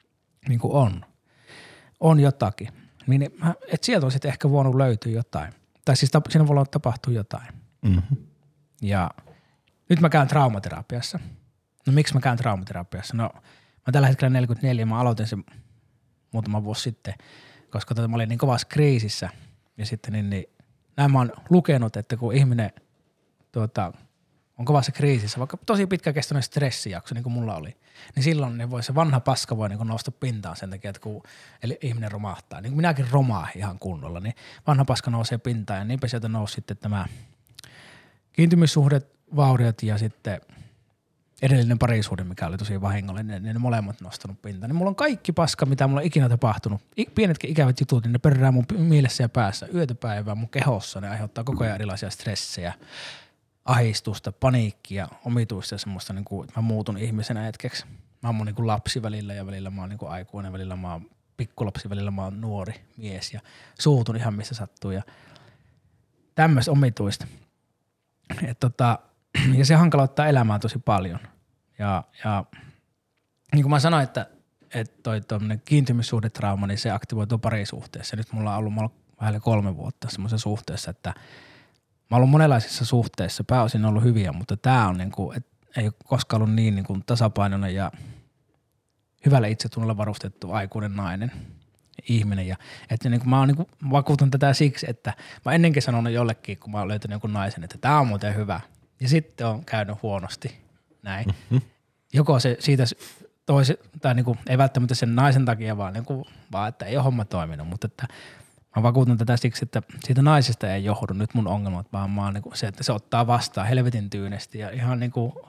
niin kuin on, on jotakin, niin että sieltä on sitten ehkä voinut löytyä jotain. Tai siis tap, siinä voi olla tapahtua jotain. Mm-hmm. Ja nyt mä käyn traumaterapiassa. No miksi mä käyn traumaterapiassa? No mä tällä hetkellä neljäkymmentäneljä, mä aloitin sen muutama vuosi sitten, koska tota, mä olin niin kovassa kriisissä. Ja sitten niin, niin näin mä oon lukenut, että kun ihminen tuota, on kovassa kriisissä, vaikka tosi pitkäkestoinen stressijakso, niin kuin mulla oli, niin silloin niin voi, se vanha paska voi niin nousta pintaan sen takia, että kun eli ihminen romahtaa. Niin kuin minäkin romaahin ihan kunnolla, niin vanha paska nousee pintaan ja niinpä sieltä nousi sitten tämä kiintymyssuhdet, vauriot ja sitten edellinen parisuhde, mikä oli tosi vahingollinen, niin ne molemmat nostanut pintaan. Niin mulla on kaikki paska, mitä mulla on ikinä tapahtunut. Pienetkin ikävät jutut, niin ne perää mun mielessä ja päässä yötä päivää mun kehossa. Ne aiheuttaa koko ajan erilaisia stressejä, ahdistusta, paniikkia, omituista ja semmoista, niin kuin, että mä muutun ihmisenä hetkeksi. Mä oon mun niin kuin lapsi välillä ja välillä mä oon niin kuin aikuinen, välillä mä oon pikkulapsi, välillä mä oon nuori mies ja suutun ihan missä sattuu ja tämmöistä omituista. Et tota, ja se hankaloittaa elämää tosi paljon. Ja, ja niin kuin mä sanoin, että, että toi tuommoinen kiintymyssuhdetrauma, niin se aktivoituu parisuhteessa. Nyt mulla on ollut, mulla on vähän kolme vuotta semmoisessa suhteessa, että mä oon ollut monenlaisissa suhteissa, pääosin on ollut hyviä, mutta tää on niin kuin, että ei ole koskaan ollut niin, niin kuin tasapainoinen ja hyvällä itsetunnolla varustettu aikuinen nainen, ihminen. Ja että niin kuin mä oon niin kuin vakuutan tätä siksi, että mä ennenkin sanonut jollekin, kun mä oon löytänyt jonkun naisen, että tää on muuten hyvä. Ja sitten on käynyt huonosti näin. Mm-hmm. Joko se siitä toisi, tai niin kuin, ei välttämättä sen naisen takia, vaan, niin kuin, vaan että ei ole homma toiminut, mutta että mä vakuutan tätä siksi, että siitä naisesta ei johdu nyt mun ongelmat, vaan mä oon niin kuin se, että se ottaa vastaan helvetin tyynesti ja ihan niin kuin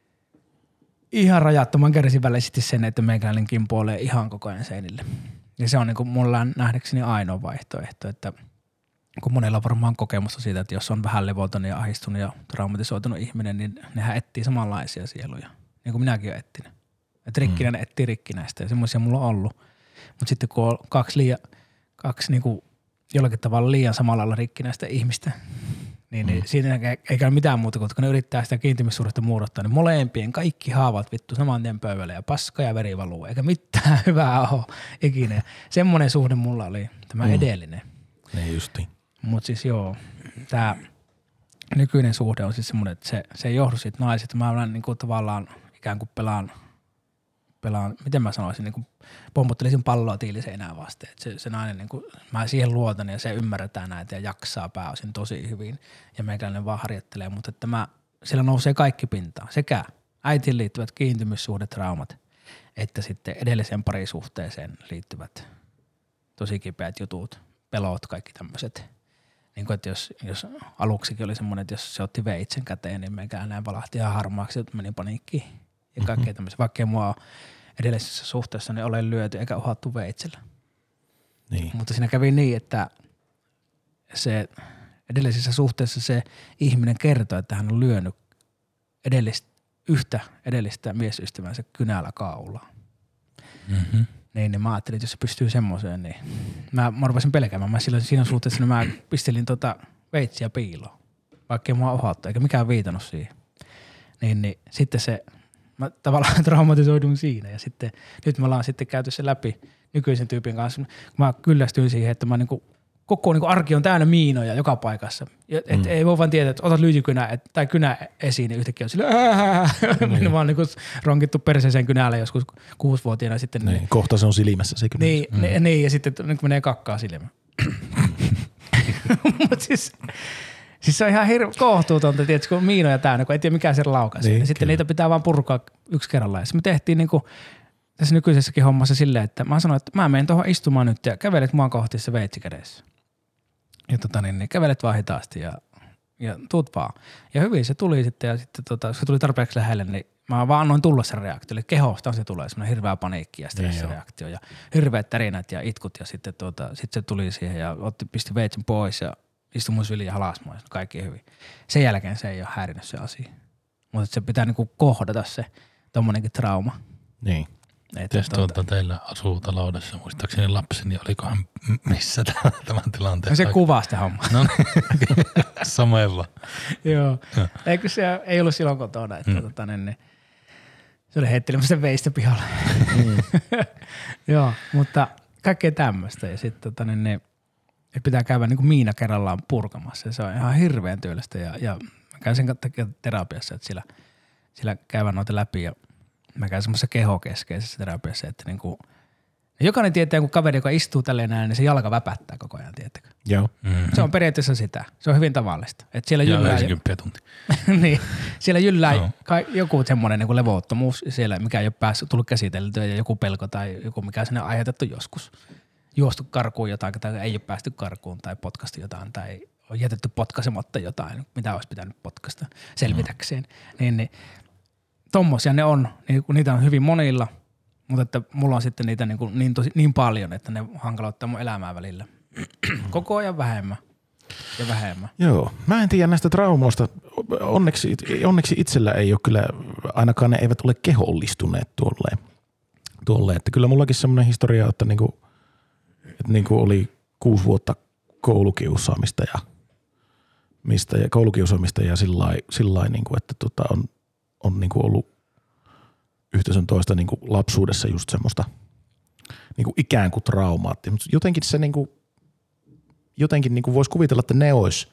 ihan rajattoman kärsivällisesti sen, että meikäläinen kimpoilee ihan koko ajan seinille. Ja se on niin kuin mulla nähdäkseni ainoa vaihtoehto, että kun monella on varmaan kokemusta siitä, että jos on vähän levoton ja ahdistunut ja traumatisoitunut ihminen, niin nehän etsii samanlaisia sieluja, niin kuin minäkin olen etsinyt. Että rikkinäinen etsii rikkinäistä ja semmoisia mulla on ollut. Mutta sitten kun on kaksi, liian, kaksi niin kuin jollakin tavalla liian samalla lailla rikkinäistä ihmistä, niin, niin mm. siinä ei käy mitään muuta, kun ne yrittää sitä kiintymyssuhdetta muodottaa, niin molempien kaikki haavat vittu saman tien pöydälle ja paska ja veri valuu, eikä mitään hyvää ole ikinä. Ja semmoinen suhde mulla oli tämä mm. edellinen. Niin justiin. Mutta siis joo, tämä nykyinen suhde on siis semmoinen, että se, se ei johdu siitä naisesta. Mä olen niin kuin tavallaan ikään kuin pelaan, pelaan, miten mä sanoisin, niin kuin pomputtelisin palloa tiiliseinää vasten. Et se, se nainen, niin kuin, mä siihen luotan ja se ymmärretään näitä ja jaksaa pääosin tosi hyvin ja meikäläinen vaan harjoittelee. Mutta että mä, siellä nousee kaikki pintaan, sekä äitiin liittyvät kiintymyssuhdetraumat että sitten edelliseen parisuhteeseen liittyvät tosi kipeät jutut, pelot, kaikki tämmöiset. Niin kuin, että jos, jos aluksikin oli semmoinen, että jos se otti veitsen käteen, niin meikään näin valahti ihan harmaaksi, että meni paniikkiin ja kaikkea mm-hmm. tämmöisiä. Vaikka ei mua edellisessä suhteessa niin olen lyöty eikä uhattu veitsellä. Niin. Mutta siinä kävi niin, että se edellisessä suhteessa se ihminen kertoi, että hän on lyönyt edellistä, yhtä edellistä miesystävänsä kynällä kaulaa. Mm-hmm. Niin, niin mä ajattelin, että jos se pystyy semmoiseen, niin mä, mä rupesin pelkäämään. Mä silloin siinä suhteessa niin mä pistelin tota veitsiä piiloon, vaikka ei mua uhattu, eikä mikään viitannut siihen. Niin, niin sitten se, mä tavallaan traumatisoidun siinä ja sitten nyt me ollaan sitten käyty se läpi nykyisen tyypin kanssa. Mä kyllästyin siihen, että mä niinku, koko niinku arki on täynnä miinoja joka paikassa. Et mm. ei voi vaan tietää, että otat lyijykynä et, tai kynä esiin, niin yhtäkkiä on silleen mm. mä oon niinku ronkittu perseeseen kynällä joskus kuusivuotiaana sitten. Niin, niin, kohta se on silmässä se kynä. Niin, mm. ne, niin ja sitten nyt menee kakkaa silmään. Mut siis, siis se on ihan hirveä kohtuutonta, tietysti kun on miinoja täynnä, kun ei tiedä mikä se laukaisi. Niin, sitten kyllä. Niitä pitää vaan purkaa yksi kerrallaan. Ja me tehtiin niinku tässä nykyisessäkin hommassa silleen, että mä sanoin, että mä menen tuohon istumaan nyt ja kävelet mua kohti se veitsi kädessä. Ja tota niin, niin kävelet vaan hitaasti ja, ja tuut vaan. Ja hyvin se tuli sitten ja sitten tota, se tuli tarpeeksi lähelle, niin mä vaan annoin tulla sen reaktio. Eli kehosta se tulee semmoinen hirveä paniikki ja stressireaktio ja hirveät tärinät ja itkut ja sitten tota, sit se tuli siihen ja otti, pisti veitsin pois ja istui mun syliin ja halasi mua ja kaikki hyvin. Sen jälkeen se ei ole häirinyt se asia. Mutta se pitää niinku kohdata se tommonenkin trauma. Niin. Mites tuota teillä asuu taloudessa, muistaakseni lapsi, niin olikohan missä tämän tilanteen? No se kuvaa sitä hommaa. No niin, samalla. Joo, eikö se ei ollut silloin kotona, että mm. tota, niin, niin, tuli heittelemästä veistä pihalle. Mm. Joo, mutta kaikkea tämmöistä. Ja sitten tota, niin, niin, pitää käydä niin kuin Miina kerrallaan purkamassa. Ja se on ihan hirveän työllistä. Ja, ja mä käyn sen takia terapiassa, että sillä, sillä käydään noita läpi. Ja mä käyn semmoisessa kehokeskeisessä terapiassa, että niin kuin, jokainen tietää, kun kaveri, joka istuu tälleen näin, niin se jalka väpättää koko ajan, tiettäkö? Joo. Mm-hmm. Se on periaatteessa sitä. Se on hyvin tavallista. Että siellä ja jyllää yhdeksänkymmentä tuntia. niin, siellä jyllää no. ka- joku semmoinen niin levottomuus siellä, mikä ei ole päässyt tullut käsiteltyä ja joku pelko tai joku, mikä sinne on aiheutettu joskus. Juostu karkuun jotain tai ei ole päästy karkuun tai potkastu jotain tai on jätetty potkaisematta jotain, mitä olisi pitänyt potkasta selvitäkseen. Mm. Niin, niin, tommosia ne on, niin, niitä on hyvin monilla, mutta että mulla on sitten niitä niin, kuin, niin, tosi, niin paljon, että ne hankaloittaa mun elämää välillä. Koko ajan vähemmän ja vähemmän. Joo. Mä en tiedä näistä traumoista. Onneksi, onneksi itsellä ei ole kyllä, ainakaan ne eivät ole kehollistuneet tuolleen. tuolleen. Että kyllä mullakin semmoinen historia, että, niinku, että niinku oli kuusi vuotta koulukiusaamista ja, mistä, ja koulukiusaamista ja sillä niinku, että tota on, on niinku ollut yhtä sen toista niinku lapsuudessa just semmoista niinku ikään kuin traumaatti. Mutta jotenkin se niinku, jotenkin niinku voisi kuvitella, että ne olisi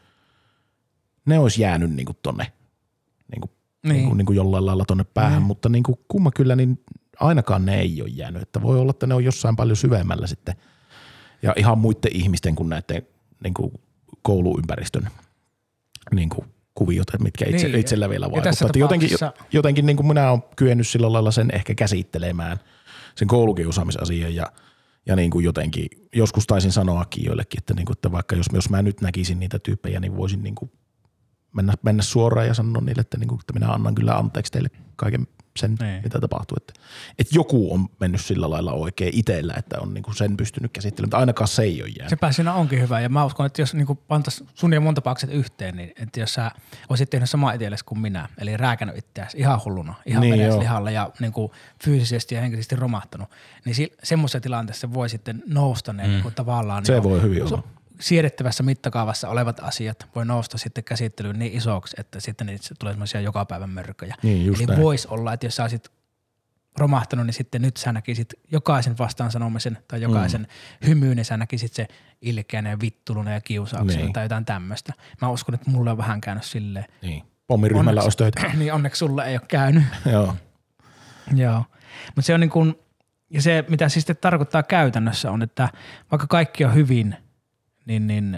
ne olis jäänyt niinku tonne niinku, niin. niinku, niinku jollain lailla tonne päähän, mm. mutta niinku kumma kyllä niin ainakaan ne ei ole jäänyt. Että voi olla, että ne on jossain paljon syvemmällä sitten ja ihan muiden ihmisten kuin näiden niinku kouluympäristön niinku kuviot, mitkä itse, niin. itsellä vielä vaikuttaa. Jotenkin, jotenkin niin kuin minä olen kyennyt sillä lailla sen ehkä käsittelemään, sen koulukiusaamisasian ja, ja niin kuin jotenkin, joskus taisin sanoakin joillekin, että, niin kuin, että vaikka jos, jos mä nyt näkisin niitä tyyppejä, niin voisin niin kuin mennä, mennä suoraan ja sanoa niille, että, niin kuin, että minä annan kyllä anteeksi teille kaiken sen, niin. mitä tapahtuu. Että, että joku on mennyt sillä lailla oikein itsellä, että on niin kuin sen pystynyt käsittelemään, mutta ainakaan se ei ole jäänyt. Sepä siinä onkin hyvä ja mä uskon, että jos niin pantaisiin sun ja mun tapaukset yhteen, niin että jos sä olisit tehnyt samaa itsellesi kuin minä, eli rääkännyt itseäsi ihan hulluna, ihan niin vedes lihalla ja niin kuin fyysisesti ja henkisesti romahtanut, niin si- semmoisessa tilanteessa voi sitten nousta ne mm. niin kuin tavallaan. Se niin voi hyvin olla. Siedettävässä mittakaavassa olevat asiat voi nousta sitten käsittelyyn niin isoksi, että sitten niitä tulee semmoisia joka päivän mörköjä. Niin, eli voisi olla, että jos sä olisit romahtanut, niin sitten nyt sä näkisit jokaisen vastaan sanomisen tai jokaisen mm. hymyyn, niin sä näkisit se ilkeänä ja vittuluna ja kiusauksena niin. tai jotain tämmöistä. Mä uskon, että mulle on vähän käynyt silleen. Niin. Pommiryhmällä olisi töitä. Niin onneksi sulle ei ole käynyt. Joo. Joo. Mutta se on niin kuin, ja se mitä siis tarkoittaa käytännössä on, että vaikka kaikki on hyvin, niin, niin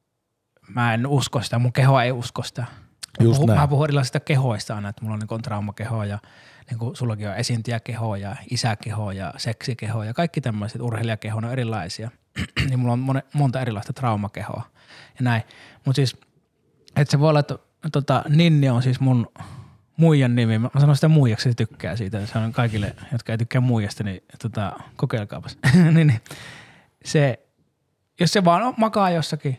mä en usko sitä, mun keho ei usko sitä. Just puhun, mä puhun erilaisista kehoista aina, että mulla on niin traumakeho ja niin kuin sullakin on esiintyjäkeho ja isäkeho ja seksikeho ja kaikki tämmöiset urheilijakeho on erilaisia. Niin mulla on mone, monta erilaista traumakehoa ja näin. Mutta siis, että se voi olla, että tota, Ninni on siis mun muijan nimi. Mä sanon sitä muijaksi, se tykkää siitä. Se on kaikille, jotka ei tykkää muijasta, niin tota, kokeilkaapas. niin, se, jos se vaan makaa jossakin,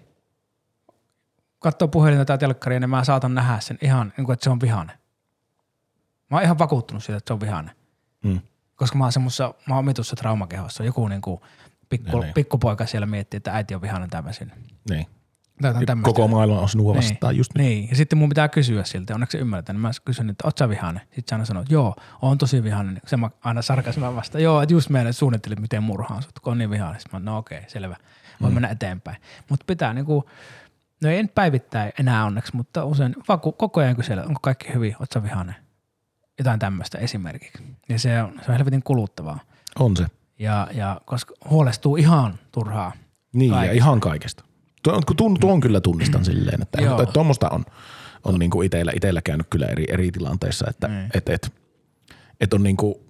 katsoo puhelinta tai telkkaria, niin mä saatan nähdä sen ihan, niin kuin, että se on vihainen. Mä oon ihan vakuuttunut siitä, että se on vihainen. Mm. Koska mä oon semmoisessa, mä oon omitussa traumakehossa. Joku niin kuin pikku, niin, pikkupoika siellä miettii, että äiti on vihainen tai väsynyt. Niin. Koko maailma on sinua vastaan niin, just nyt. Niin, ja sitten mun pitää kysyä siltä, onneksi ymmärretään, niin mä kysyn, että oot sä vihainen? Sitten sä aina sanoo, että joo, oon tosi vihainen. Se mä aina sarkasmin vastaan, joo, että just meidän suunnittelin, miten murhaan sut, kun on niin vihainen. Sitten mä no okei, okay, selvä, voi mm. mennä eteenpäin. Mutta pitää niinku, no ei nyt päivittäin enää onneksi, mutta usein vaku, koko ajan kysellä, onko kaikki hyvin, oot sä vihainen? Jotain tämmöistä esimerkiksi. Ja se on, se on helvetin kuluttavaa. On se. Ja, ja koska huolestuu ihan turhaa. Niin, kaikista. Ja ihan kaikesta. Tuon, tuon kyllä tunnistan silleen, että tuommoista on, on niinku itellä, itellä käynyt kyllä eri, eri tilanteissa, että mm. et, et, et on niinku,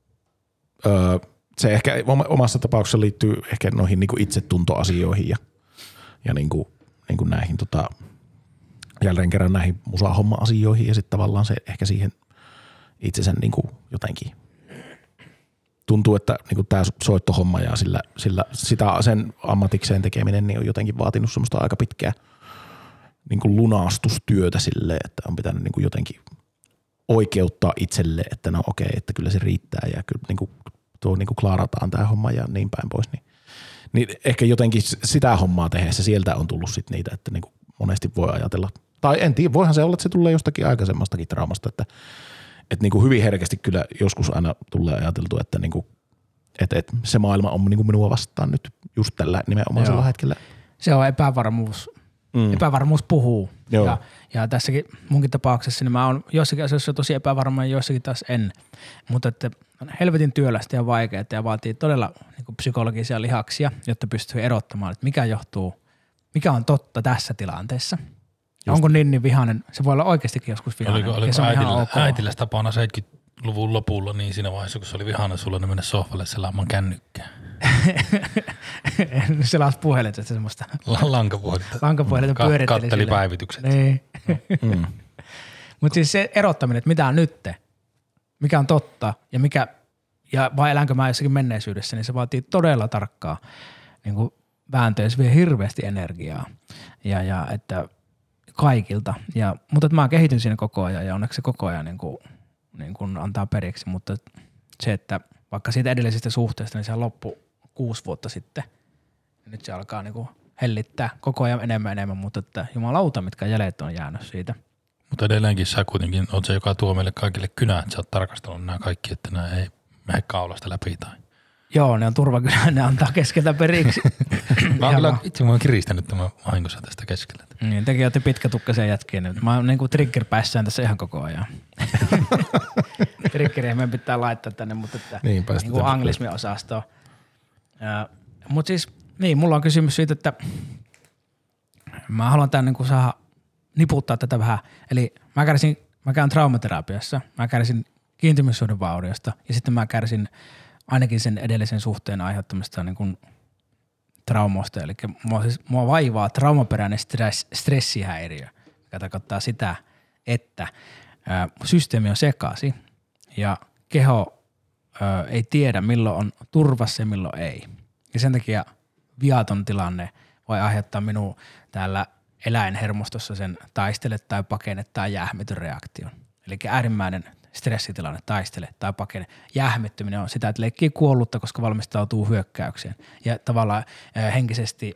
öö, se ehkä omassa tapauksessa liittyy ehkä noihin niinku itsetuntoasioihin ja, ja niinku, niinku näihin tota, jälleen kerran näihin musahomma-asioihin ja sitten tavallaan se ehkä siihen itse sen niinku jotenkin tuntuu, että niinku tämä soittohomma ja sillä, sillä sitä sen ammatikseen tekeminen niin on jotenkin vaatinut semmoista aika pitkää niinku lunastustyötä silleen, että on pitänyt niinku jotenkin oikeuttaa itselle, että no okei, että kyllä se riittää ja kyllä niinku tuo niinku klaarataan tämä homma ja niin päin pois. Niin, niin ehkä jotenkin sitä hommaa tehdessä sieltä on tullut sitten niitä, että niinku monesti voi ajatella, tai en tiedä, voihan se olla, että se tulee jostakin aikaisemmastakin traumasta, että että niinku hyvin herkästi kyllä joskus aina tulee ajateltu, että niinku, et, et se maailma on niinku minua vastaan nyt just tällä nimenomaisella Joo. hetkellä. Se on epävarmuus. Mm. Epävarmuus puhuu. Ja, ja tässäkin munkin tapauksessa niin mä oon jossakin asioissa tosi epävarma ja jossakin taas en. Mutta että on helvetin työlästä ja vaikeaa ja vaatii todella niin kuin psykologisia lihaksia, jotta pystyy erottamaan, että mikä johtuu, mikä on totta tässä tilanteessa. Onko Ninni vihainen? Se voi olla oikeastikin joskus vihainen. Oliko, oliko äitillä, okay. äitillä tapana seitsemänkymmentäluvun lopulla niin siinä vaiheessa, kun se oli vihainen sulla, niin mennä sohvalle selaamaan kännykkää? Se laas puhelinta semmoista. Lankapuhelinta. Lankapuhelinta Ka- pyöritteli. Katteli sille. Päivitykset. Niin. Mm. Mutta siis se erottaminen, että mitä on nytte, mikä on totta ja mikä, ja vai elänkö mä jossakin menneisyydessä, niin se vaatii todella tarkkaa niin kuin vääntöä. Se vie hirveästi energiaa ja, ja että kaikilta. Ja, mutta että mä kehityn siinä koko ajan ja onneksi se koko ajan niin kuin, niin kuin antaa periksi, mutta se, että vaikka siitä edellisestä suhteesta, niin se loppui kuusi vuotta sitten. Ja nyt se alkaa niinku hellittää koko ajan enemmän enemmän, mutta että jumalauta, mitkä jäljet on jäänyt siitä. Mutta edelleenkin sä kuitenkin oot se, joka tuo meille kaikille kynää, että sä oot tarkastanut nämä kaikki, että nämä ei mene kaulasta läpi tai. Joo, ne on turvakynää, ne antaa keskeltä periksi. Mä oon kyllä itse mä oon kiristänyt tämän vahingossa tästä keskellä. Niin, tekin olette pitkätukkaisen jätkiä nyt. Mä oon niinku trigger-päissään tässä ihan koko ajan. Triggeriä meidän pitää laittaa tänne, mutta että niin, niinku anglismi-osastoon. Mutta siis, niin, mulla on kysymys siitä, että mä haluan tämän niinku saada niputtaa tätä vähän. Eli mä kärsin, mä käyn traumaterapiassa, mä kärsin kiintymyssuhden vauriosta ja sitten mä kärsin ainakin sen edellisen suhteen aiheuttamista niin kuin traumoista. Eli mua, siis, mua vaivaa traumaperäinen stress, stressihäiriö, mikä tarkoittaa sitä, että ää, systeemi on sekaisin ja keho ää, ei tiedä milloin on turvassa ja milloin ei. Ja sen takia viaton tilanne voi aiheuttaa minun täällä eläinhermostossa sen taistele tai pakene tai jäähmetyn reaktion. Eli äärimmäinen stressitilanne, taistele tai pakene. Jäähmettyminen on sitä, että leikkii kuollutta, koska valmistautuu hyökkäykseen. Ja tavallaan äh, henkisesti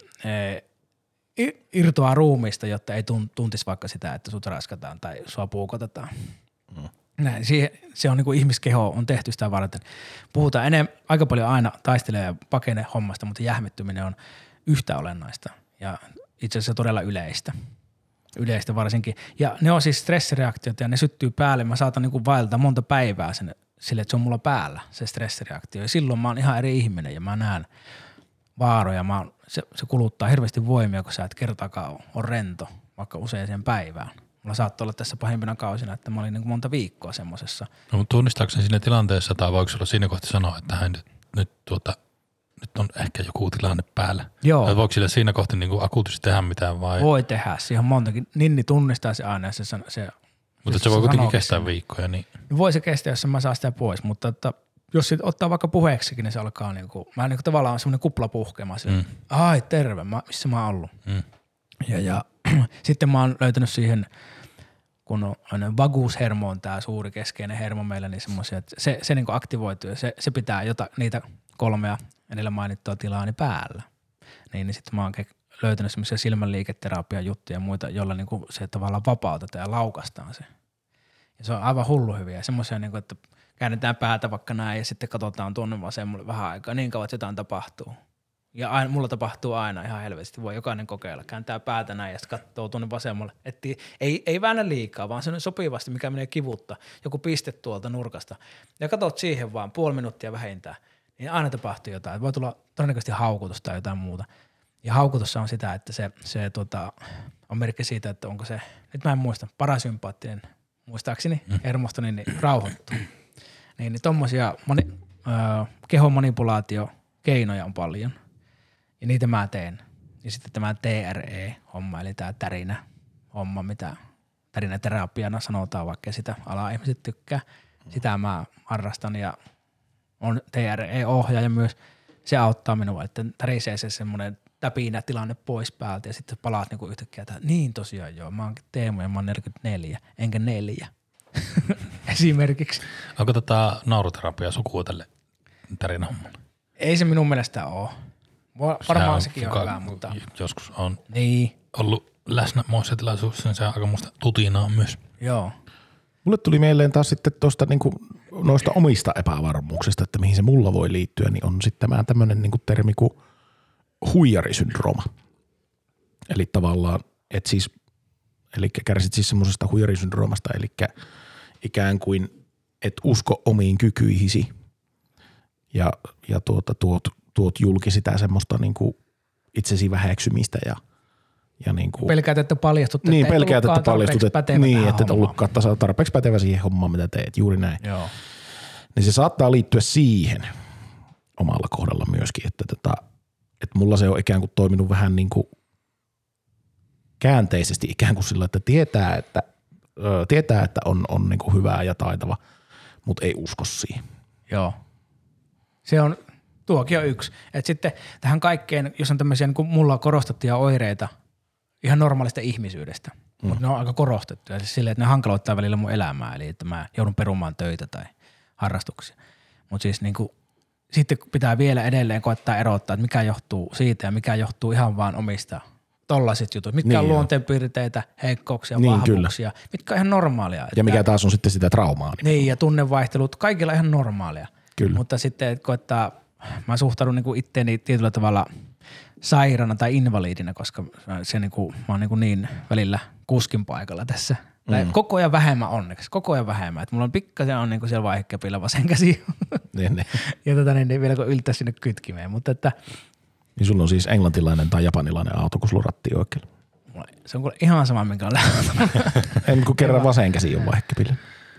äh, irtoaa ruumiista, jotta ei tuntisi vaikka sitä, että sut raskataan tai sua puukotetaan. Mm. Näin, siihen, se on niin kuin ihmiskeho on tehty sitä varten. Puhutaan enemmän, aika paljon aina taistelee ja pakene hommasta, mutta jähmettyminen on yhtä olennaista ja itse asiassa todella yleistä. Yleistä varsinkin. Ja ne on siis stressireaktiot ja ne syttyy päälle. Mä saatan niinku vaeltaa monta päivää sen, sille, että se on mulla päällä se stressireaktio. Ja silloin mä oon ihan eri ihminen ja mä näen vaaroja. Mä oon, se, se kuluttaa hirveästi voimia, kun sä et kertaakaan ole rento, vaikka useaseen päivään. Mulla saattoi olla tässä pahimpina kausina, että mä olin niinku monta viikkoa semmosessa. No, mutta tunnistaakseni siinä tilanteessa tai voiko sulla siinä kohtaa sanoa, että hän nyt, nyt tuota – nyt on ehkä joku tilanne päällä. Joo. Tai voiko sille siinä kohtaa niin kuin akuutisesti tehdä mitään vai? Voi tehdä. Siihen montakin. Ninni tunnistaa se aina. Se, se, mutta se, se voi kuitenkin kestää sen viikkoja. Niin. Voi se kestää, jos mä saan sitä pois. Mutta että, jos sit ottaa vaikka puheeksikin, niin se alkaa niin kuin, mä niin kuin tavallaan semmoinen kupla puhkeamaan. Mm. Ai terve, mä, missä mä oon ollut. Mm. Ja, ja sitten mä oon löytänyt siihen, kun on vagushermo on tää suuri keskeinen hermo meillä, niin semmoisia, että se, se niin kuin aktivoituu ja se, se pitää jota, niitä kolmea edellä mainittua tilaani päällä. Niin, niin sitten mä oon löytänyt semmoisia silmänliiketerapian juttuja ja muita, joilla niinku se tavallaan vapautetaan ja laukastaan se. Ja se on aivan hullu hyviä. Semmoisia, niinku, että käännetään päätä vaikka näin ja sitten katsotaan tuonne vasemmalle vähän aikaa niin kauan, että jotain tapahtuu. Ja aina, mulla tapahtuu aina ihan helvetisti. Voi jokainen kokeilla. Kääntää päätä näin ja sitten katsoo tuonne vasemmalle. Etti, ei, ei väännä liikaa, vaan se on sopivasti, mikä menee kivutta. Joku piste tuolta nurkasta. Ja katsot siihen vaan puoli minuuttia vähintään. Niin aina tapahtuu jotain. Voi tulla todennäköisesti haukutus tai jotain muuta. Ja haukutussa on sitä, että se, se tota, on merkki siitä, että onko se, nyt mä en muista, parasympaattinen, muistaakseni, mm. hermosto, niin, niin rauhoittuu. Niin, niin tommosia moni, ö, kehon manipulaatiokeinoja on paljon. Ja niitä mä teen. Ja sitten tämä T R E-homma, eli tämä tärinä-homma, mitä tärinäterapiana sanotaan, vaikka sitä ala-ihmiset tykkää. Sitä mä harrastan ja on T R E-ohjaaja myös. Se auttaa minua, että tärisee se semmoinen täpinä tilanne pois päältä ja sitten palaat niinku yhtäkkiä, että niin tosiaan joo, mä oon Teemu ja mä oon neljäkymmentäneljä, enkä neljä. Esimerkiksi. Onko tota nauruterapia sukua tälle tärinähommalle? Ei se minun mielestä ole. Varmaan on, sekin on hyvä, mutta joskus on niin. ollut läsnä muissa tilaisuuksissa, niin se on aika musta tutinaa myös. Joo. Mulle tuli mieleen taas sitten tuosta niinku noista omista epävarmuuksista, että mihin se mulla voi liittyä, niin on sitten tämä tämmöinen niinku termi kuin huijarisyndrooma. Eli tavallaan, että siis, eli kärsit siis semmoisesta huijarisyndroomasta, eli ikään kuin et usko omiin kykyihisi ja, ja tuota, tuot, tuot julki sitä semmoista niinku itsesi väheksymistä ja Ja niin kuin, pelkäät, että paljastut, niin, että pelkäät, että paljastut, että, niin, että et ollutkaan tasa, tarpeeksi pätevä siihen hommaan, mitä teet, juuri näin. Joo. Niin se saattaa liittyä siihen omalla kohdalla myöskin, että, tota, että mulla se on ikään kuin toiminut vähän niin kuin käänteisesti ikään kuin sillä, että tietää, että, ö, tietää, että on, on niin kuin hyvää ja taitava, mutta ei usko siihen. Joo. Se on, tuokin on yksi. Että sitten tähän kaikkeen, jos on tämmöisiä niin kuin mulla korostettuja oireita ihan normaalista ihmisyydestä, mm. mutta ne on aika korostettuja. Siis silleen, että ne hankaloittaa välillä mun elämää, eli että mä joudun perumaan töitä tai harrastuksia. Mutta siis niin kuin, sitten pitää vielä edelleen koettaa erottaa, että mikä johtuu siitä ja mikä johtuu ihan vaan omista tollaiset jutut. Mitkä niin on luonteenpiirteitä, heikkouksia, niin, vahvuuksia, kyllä. Mitkä on ihan normaalia. Ja mikä taas on sitten sitä traumaa. Niin, niin ja tunnevaihtelut, kaikilla ihan normaalia. Kyllä. Mutta sitten koettaa, mä suhtaudun niinku itteeni tietyllä tavalla sairaana tai invalidina, koska se niinku, mä oon niinku niin välillä kuskin paikalla tässä. Mm. Koko ajan vähemmän onneksi, koko ajan vähemmän. Et mulla on pikkasen on niinku siellä vaihekepillä vasen käsi. Niin, niin. Ja tota niin, niin vielä kun yltää sinne kytkimeen, mutta että niin sulla on siis englantilainen tai japanilainen auto, kun sulla ratti oikein. Se on kuule ihan sama, minkä on lähtö. En kun kerran vasen käsi on vaihekepillä.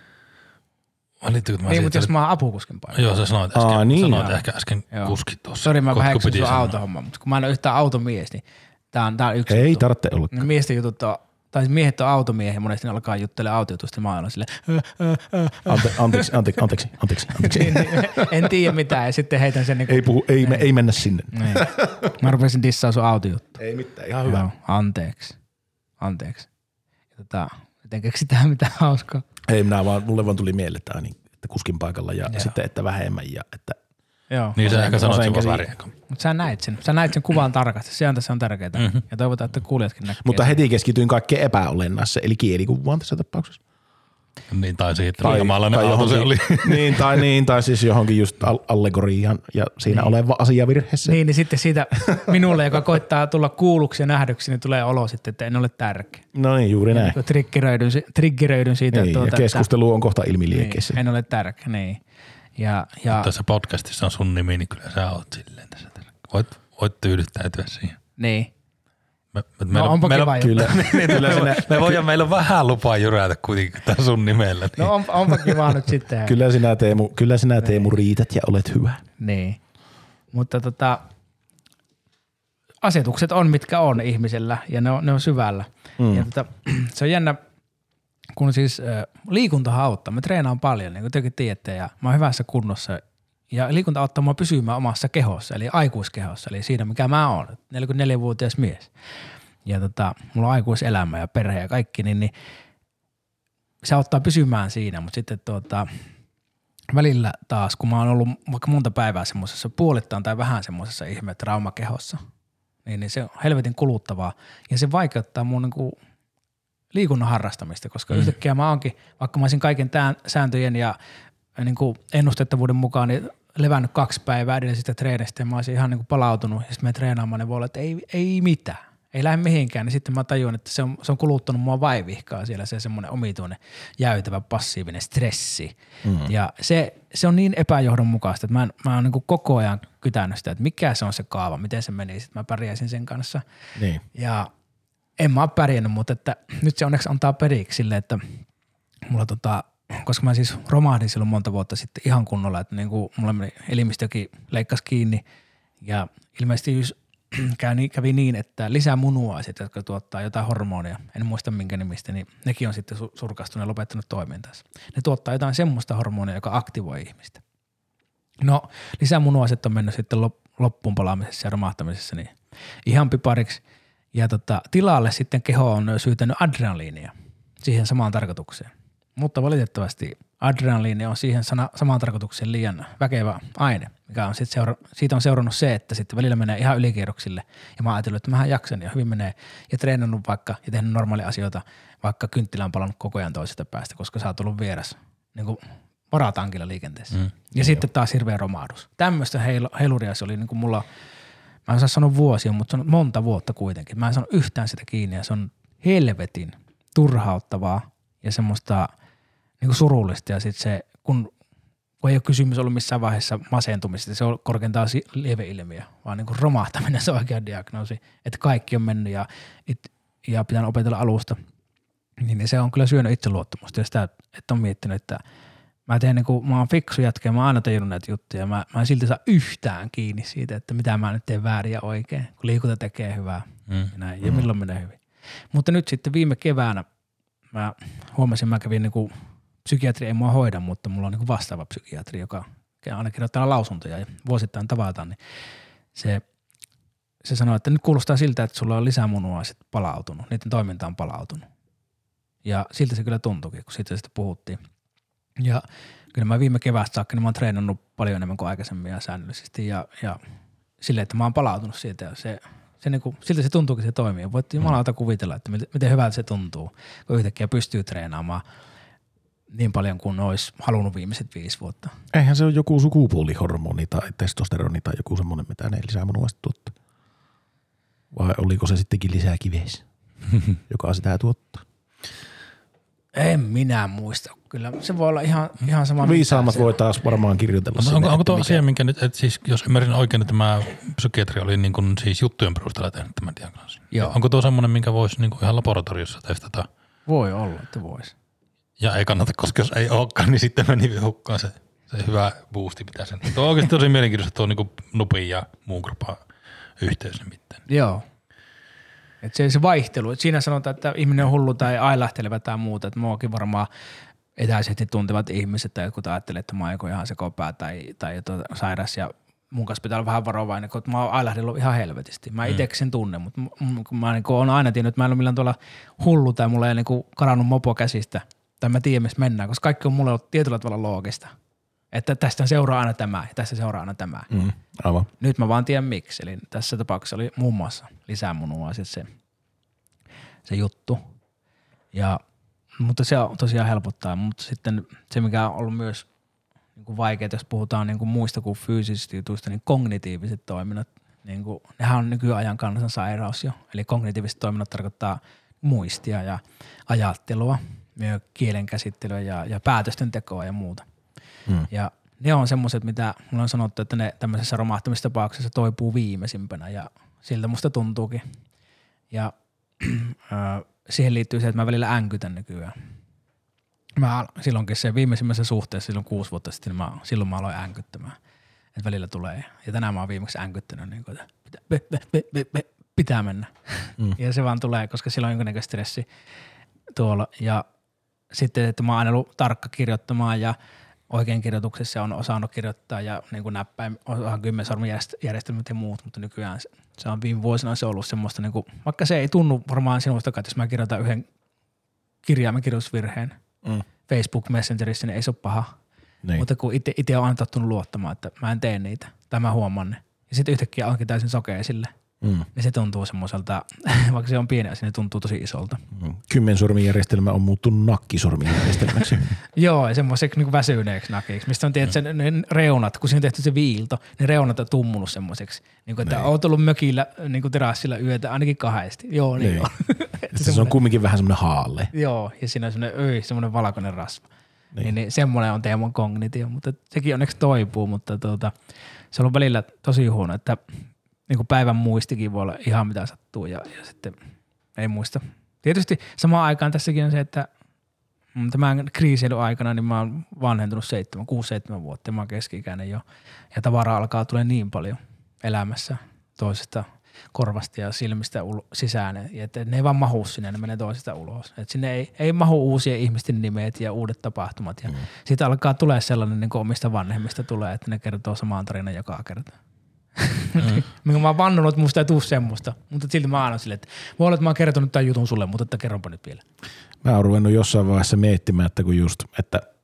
Niin, mutta jos mä oon apukuskin paikalla. Joo, sä sanoit äsken, Aa, niin. sanoit ehkä äsken kuski tuossa. Sori, mä väheksyn sun autohomma, mutta kun mä en ole yhtään automies, niin tää on, tää on yksi ei juttu. tarvitse ollakaan. No, miesten jutut on, tai miehet on automiehiä, monesti ne alkaa juttelemaan autojutusta, niin mä oon silleen Ante, anteeksi, anteeksi, anteeksi, anteeksi, anteeksi. En tiedä mitään ja sitten heitän sen niinku. Ei puhu, ei, me, ei mennä sinne. Niin. Mä rupesin dissaa sun autojuttu. Ei mitään, ihan hyvä. Joo, anteeksi, anteeksi. Ja tota, miten keksitään mitään hauskaa. Ei minä vaan, mulle vaan tuli mieleen tää niin, että kuskin paikalla ja joo. Sitten, että vähemmän ja että. Joo. Niin sä ehkä sanoit sen väriä. Mutta sä näit sen, sä näit sen kuvan tarkasti, se on tässä on tärkeää. Mm-hmm. Ja toivotaan, että kuulijatkin näkee. Mutta heti keskityin kaikkeen epäolennaiseen, eli kielikuvaan tässä tapauksessa. Niin, tai siitä, että minkämaalainen auto se oli. Niin, tai niin, tai siis johonkin just allegoriaan ja siinä niin oleva asiavirheessä. Niin, niin sitten siitä minulle, joka koittaa tulla kuulluksi ja nähdyksi, niin tulee olo sitten, että en ole tärkeä. No niin, juuri näin. Niin, triggeröidyn, triggeröidyn siitä. Niin, tuota, ja keskustelu että, on kohta ilmiliekeissä. Niin, en ole tärkeä, niin. Ja, ja, tässä podcastissa on sun nimi, niin kyllä sä oot silleen tässä. Voit, voit tyydyttäytyä siihen. Niin. Me, me, no onpa kiva kyllä, kyllä sinä, me voidaan, meillä on vähän lupaa jyrätä kuitenkin tämän sun nimellä. Niin. No on, onpa kiva nyt sitten. Kyllä sinä Teemu, kyllä sinä Teemu riität ja olet hyvä. Niin, mutta tota, asetukset on mitkä on ihmisellä ja ne on, ne on syvällä. Mm. Ja tota, se on jännä, kun siis äh, liikunta auttaa. Mä treenaan paljon, niin kuin tekin tiedätte, ja mä oon hyvässä kunnossa. Ja liikunta auttaa mua pysymään omassa kehossa, eli aikuiskehossa, eli siinä mikä mä oon, neljäkymmentäneljävuotias mies. Ja tota, mulla on aikuiselämä ja perhe ja kaikki, niin, niin se auttaa pysymään siinä, mutta sitten tuota, välillä taas, kun mä oon ollut vaikka monta päivää semmoisessa puolittain tai vähän semmoisessa ihme traumakehossa, niin, niin se on helvetin kuluttavaa ja se vaikeuttaa mun niinku liikunnan harrastamista, koska mm. yhtäkkiä mä oonkin, vaikka mä olisin kaiken tämän sääntöjen ja niin kuin ennustettavuuden mukaan niin levännyt kaksi päivää edellisistä treenistä ja mä olisin ihan niin kuin palautunut ja sitten me treenaamaan ne voi olla, että ei, ei mitään, ei lähde mihinkään, niin sitten mä tajun, että se on, se on kuluttanut mua vaivihkaa siellä se semmoinen omituinen jäytävä passiivinen stressi mm. ja se, se on niin epäjohdonmukaista, että mä, mä oon niin kuin koko ajan kytänyt sitä, että mikä se on se kaava, miten se meni, sitten mä pärjäisin sen kanssa niin. Ja en mä ole pärjännyt, mutta että nyt se onneksi antaa periksi silleen, että mulla tota koska mä siis romahdin silloin monta vuotta sitten ihan kunnolla, että niin kuin mulla meni elimistökin leikkasi kiinni ja ilmeisesti kävi niin, että lisää munuaiset, jotka tuottaa jotain hormonia, en muista minkä nimistä, niin nekin on sitten surkastunut ja lopettanut toimintaansa. Ne tuottaa jotain semmoista hormonia, joka aktivoi ihmistä. No lisää munuaiset on mennyt sitten loppuun palaamisessa ja romahtamisessa niin ihan pipariksi ja tota, tilalle sitten keho on syytänyt adrenaliinia siihen samaan tarkoitukseen. Mutta valitettavasti adrenaliini on siihen sana, samaan tarkoitukseen liian väkevä aine, mikä on sit seura, siitä on seurannut se, että sitten välillä menee ihan ylikierroksille ja mä oon ajatellut, että mähän jaksan ja hyvin menee ja treenannut vaikka ja tehnyt normaalia asioita, vaikka kynttilä on palannut koko ajan toisesta päästä, koska sä oot ollut vieras niin kuin varatankilla liikenteessä. Mm. Ja mm. sitten taas hirveä romahdus. Tämmöistä heil, heiluria se oli niin kuin mulla, mä en saa sanoa vuosia, mutta se on monta vuotta kuitenkin. Mä en saanut yhtään sitä kiinni ja se on helvetin turhauttavaa ja semmoista niin kuin surullista ja sitten se, kun, kun ei ole kysymys ollut missään vaiheessa masentumista, se on korkeintaan lieveilmiö, vaan niin kuin romahtaminen se oikea diagnoosi, että kaikki on mennyt ja, ja pitää opetella alusta, niin se on kyllä syönyt itseluottamusta ja sitä, että on miettinyt, että mä teen niin kuin, mä oon fiksu jätkä ja mä oon aina tajunnut näitä juttuja, mä, mä en silti saa yhtään kiinni siitä, että mitä mä nyt teen väärin ja oikein, kun liikunta tekee hyvää mm. ja näin, ja milloin menee hyvin. Mutta nyt sitten viime keväänä mä huomasin, mä kävin niin kuin psykiatri ei mua hoida, mutta mulla on niin vastaava psykiatri, joka aina kirjoittaa lausuntoja ja vuosittain tavataan, niin se, se sanoo, että nyt kuulostaa siltä, että sulla on lisämunuaiset palautunut, niiden toiminta on palautunut. Ja siltä se kyllä tuntuikin, kun siitä sitten puhuttiin. Ja kyllä mä viime keväästä saakka, niin mä oon treenannut paljon enemmän kuin aikaisemmin ja säännöllisesti ja, ja silleen, että mä oon palautunut siitä ja se, se niin kuin, siltä se tuntuukin se toimii. Voit jumalauta kuvitella, että miten hyvältä se tuntuu, kun yhtäkkiä pystyy treenaamaan niin paljon kuin olisi halunnut viimeiset viisi vuotta. Eihän se ole joku sukupuolihormoni tai testosteroni tai joku semmoinen, mitä ne lisää munuaista tuottaa. Vai oliko se sittenkin lisää kiveissä, joka sitä tuottaa? En minä muista. Kyllä se voi olla ihan, ihan sama. Viisaammat voi taas varmaan kirjoitella no, sinne. Onko, onko tuo asia, minkä nyt, että siis jos ymmärsin oikein, että tämä psykiatri oli niin kuin siis juttujen perusteella tehnyt tämän diagnoosin. Joo. Onko tuo semmoinen, minkä voisi niin kuin ihan laboratoriossa testata? Voi olla, että voisi. Ja ei kannata, koska jos ei olekaan, niin sitten meni hukkaan se, se hyvä boosti, mitä sen. Tuo on oikeasti tosi mielenkiintoista, tuo niinku Nupin ja muun kropan yhteys nimittäin. Joo. Että se, se vaihtelu. Et siinä sanotaan, että ihminen on hullu tai ailahteleva tai muuta. Että muakin varmaan etäisesti tuntevat ihmiset tai jotkut ajattelee, että mä oon ihan sekopää tai, tai sairas ja mun kanssa pitää olla vähän varovainen, kun mä oon ailahdellut ihan helvetisti. Mä itsekin sen tunne, mutta kun mä niin oon aina tiennyt, että mä en ole millään tuolla hullu tai mulla ei niin karannut mopo käsistä. Tai mä tiedän, missä mennään, koska kaikki on mulle ollut tietyllä tavalla loogista. Että tästä seuraa aina tämä ja tästä seuraa aina tämä. Mm, aivan. Nyt mä vaan tiedän miksi. Eli tässä tapauksessa oli muun muassa lisämunua siis se, se juttu. Ja, mutta se on tosiaan helpottaa. Mutta sitten se, mikä on ollut myös niin kuin vaikeaa, jos puhutaan niin kuin muista kuin fyysisistä jutuista, niin kognitiiviset toiminnot, niin kuin, nehän on nykyajan kansansairaus jo. Eli kognitiiviset toiminnot tarkoittaa muistia ja ajattelua, myös kielen käsittelyä ja, ja päätösten tekoa ja muuta. Hmm. Ja ne on semmoiset, mitä mulla on sanottu, että ne tämmöisessä romahtamistapauksessa toipuu viimeisimpänä ja siltä musta tuntuukin. Ja äh, siihen liittyy se, että mä välillä änkytän nykyään. Mä silloinkin se viimeisimmässä suhteessa, silloin kuusi vuotta sitten, niin mä, silloin mä aloin änkyttämään. Että välillä tulee. Ja tänään mä oon viimeksi änkyttänyt, niin kuin, että pitää, be, be, be, be, be, pitää mennä. Hmm. Ja se vaan tulee, koska silloin on jonkinnäköinen stressi tuolla. Ja sitten, että mä oon aina ollut tarkka kirjoittamaan ja oikein kirjoituksessa on osannut kirjoittaa ja niin kuin näppäin, osaan kymmensormijärjestelmät ja muut, mutta nykyään se, se on viime vuosina se ollut semmoista, niin kuin, vaikka se ei tunnu varmaan sinustakaan, että jos mä kirjoitan yhden kirjaimen kirjoitusvirheen mm. Facebook Messengerissä, niin ei se ole paha. Niin. Mutta kun itse on aina tottunut luottamaan, että mä en tee niitä tai mä huomaan ne. Ja sitten yhtäkkiä onkin täysin sokea sille. Mm. Niin se tuntuu semmoiselta, vaikka se on pieni asia, niin tuntuu tosi isolta. Mm. Kymmensormijärjestelmä on muuttunut nakkisormijärjestelmäksi. Joo, ja semmoiseksi niin väsyneeksi nakiksi, mistä on tietysti mm. ne reunat, kun siinä on tehty se viilto, ne reunat on tummunut semmoiseksi. Niin kuin, että niin. Oot ollut mökillä niin kuin terassilla yötä ainakin kahdesti. Joo, niin, niin. Se on kumminkin vähän semmoinen haalle. Joo, ja siinä on semmoinen, öi, semmoinen valkoinen rasva. Niin. Niin, niin semmoinen on teemon kognitio, mutta sekin onneksi toipuu, mutta tuota, se on ollut välillä tosi huono, että niin kuin päivän muistikin voi olla ihan mitä sattuu ja, ja sitten ei muista. Tietysti samaan aikaan tässäkin on se, että tämän kriisiilyn aikana niin mä oon vanhentunut seitsemän, kuusi, seitsemän vuotta ja mä oon keski-ikäinen jo. Ja tavaraa alkaa tulee niin paljon elämässä toisesta korvasta ja silmistä ulo- sisään, että ne ei vaan mahu sinne, ne menee toisesta ulos. Et sinne ei, ei mahu uusien ihmisten nimet ja uudet tapahtumat ja mm. siitä alkaa tulee sellainen niin kuin omista vanhemmista tulee, että ne kertoo samaan tarinan joka kerta. Mm. Mä oon vannunut, että musta ei tuu semmoista, mutta silti mä aina silleen, että voi olla, että mä oon kertonut tämän jutun sulle, mutta että kerronpa nyt vielä. Mä oon ruvennut jossain vaiheessa miettimään, että kun just, että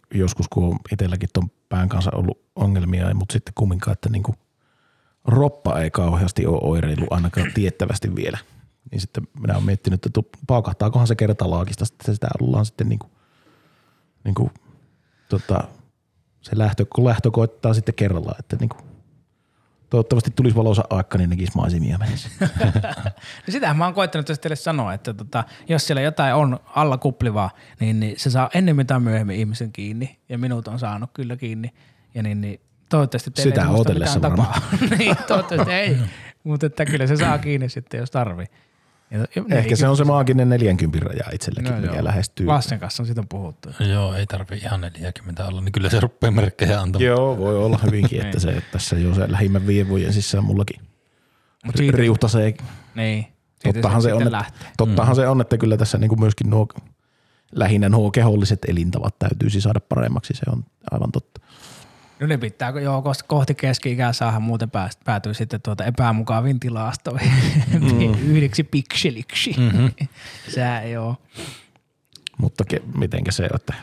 joskus, kun on itselläkin ton pään kanssa ollut ongelmia, mutta sitten kumminkaan, että niinku roppa ei kauheasti ole oireillut ainakaan tiettävästi vielä. Niin sitten minä olen miettinyt, että paukahtaakohan se kertalaakista, sitten sitä ollaan sitten niinku, niinku tota, se lähtö, kun lähtö koittaa sitten kerrallaan, että niinku toivottavasti tulisi valoisa aika, niin nekisi maisemia menisi. No sitähän mä oon koittanut tässä teille sanoa, että tota, jos siellä jotain on alla kuplivaa, niin, niin se saa ennemmin tai myöhemmin ihmisen kiinni. Ja minut on saanut kyllä kiinni. Ja niin, niin toivottavasti teille sitä ei odotellessa tapaa. niin, toivottavasti ei. Mutta että kyllä se saa kiinni sitten, jos tarvii. Ja, ja, Ehkä se on se maaginen neljänkymmenen raja itselläkin, no mikä joo. lähestyy. Lasten kanssa on siitä puhuttu. Joo, ei tarvii ihan neljäkymmentä olla, niin kyllä se rupeaa merkkejä antamaan. Joo, voi olla hyvinkin, että se että tässä jo se lähimmän viiden vuoden sisään mullakin Mut siitä, riuhtasee. Niin. Tottahan, se, se, on, että, tottahan mm. se on, että kyllä tässä niinku myöskin nuo lähinnä nuo keholliset elintavat täytyisi saada paremmaksi, se on aivan totta. No ne pitää joo, kohti keski-ikää saada, muuten päätyy sitten tuota epämukaviin tilastoihin mm. yhdeksi pikseliksi. Mm-hmm. Sä ei oo. Mutta ke, mitenkä se on, että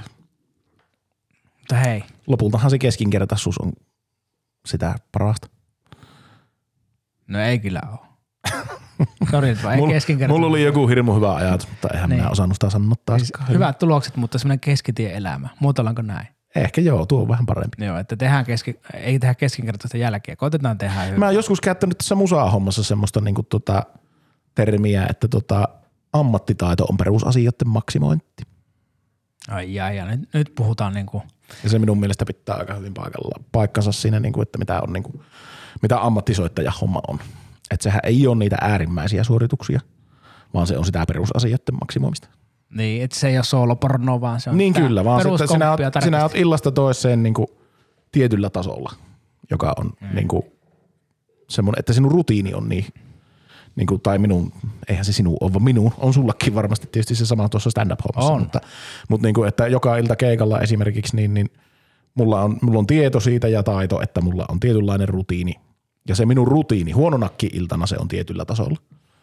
mutta hei. Lopultahan se keskinkertaisuus on sitä parasta. No ei kyllä ole. Sori, ei keskinkertaisuus. Mulla oli joku hirmu hyvä ajatus, mutta eihän niin. minä osannut sitä sanoa taas. Siis hyvät tulokset, mutta semmoinen keskitie-elämä. Muotoillaanko näin? Ehkä joo, tuo on vähän parempi. Joo, että tehdään keski, ei tehdä keskinkertaista jälkeen, koitetaan tehdä hyvää. Mä oon joskus käyttänyt tässä musaa-hommassa semmoista niinku tota termiä, että tota ammattitaito on perusasioiden maksimointi. Ai jaa, ja nyt, nyt puhutaan niinku. Ja se minun mielestä pitää aika hyvin paikalla, paikkansa siinä, niinku, että mitä, on, niinku, mitä ammattisoittaja homma on. Että sehän ei ole niitä äärimmäisiä suorituksia, vaan se on sitä perusasioiden maksimoimista. Niin, että se ei ole soolopornoa, vaan se on niin kyllä, vaan sitten sinä oot, sinä oot illasta toiseen niin kuin tietyllä tasolla, joka on mm. niin kuin semmoinen, että sinun rutiini on niin, niin kuin, tai minun, eihän se sinun ole, vaan minun on sullakin varmasti tietysti se sama tuossa stand-up-hommassa, on. mutta, mutta niin kuin, että joka ilta keikalla esimerkiksi, niin, niin mulla, on, mulla on tieto siitä ja taito, että mulla on tietynlainen rutiini, ja se minun rutiini, huononakki iltana se on tietyllä tasolla.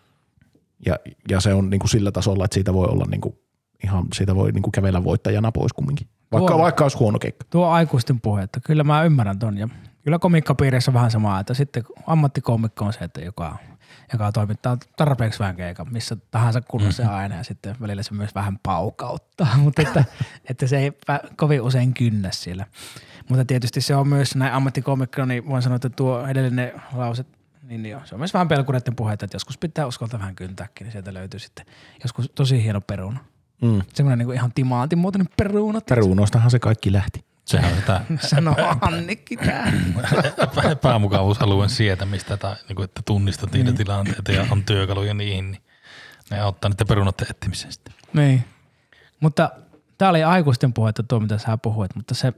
Ja, ja se on niin kuin sillä tasolla, että siitä voi olla niin kuin ihan, siitä voi niin kuin kävellä voittajana pois kumminkin. Vaikka, tuo, vaikka olisi huono keikka. Tuo aikuisten puhe, että kyllä mä ymmärrän ton. Ja kyllä komikkapiirissä on vähän samaa, että sitten ammattikomikko on se, että joka, joka toimittaa tarpeeksi vähän keikan, missä tahansa kunnossa mm-hmm. aina ja sitten välillä se myös vähän paukauttaa, mutta että, että se ei kovin usein kynnä siellä. Mutta tietysti se on myös näin ammattikomikko, niin voin sanoa, että tuo edellinen lause, niin joo, se on myös vähän pelkureiden puheita, että joskus pitää uskaltaa vähän kyntääkin, niin sieltä löytyy sitten joskus tosi hieno peruna. Mm. Semmoinen niin ihan timaatin muotoinen peruna. Perunoistahan se kaikki lähti. Sehän on sitä. Sanoo Annikki tää. Epämukavuusalueen sietämistä tai niin kuin, että tunnistat niitä mm. tilanteita ja on työkaluja niihin, niin ne auttaa niiden perunoiden etsimiseen sitten. Niin, mutta tää oli aikuisten puhetta tuo, mitä sä puhuit, mutta se,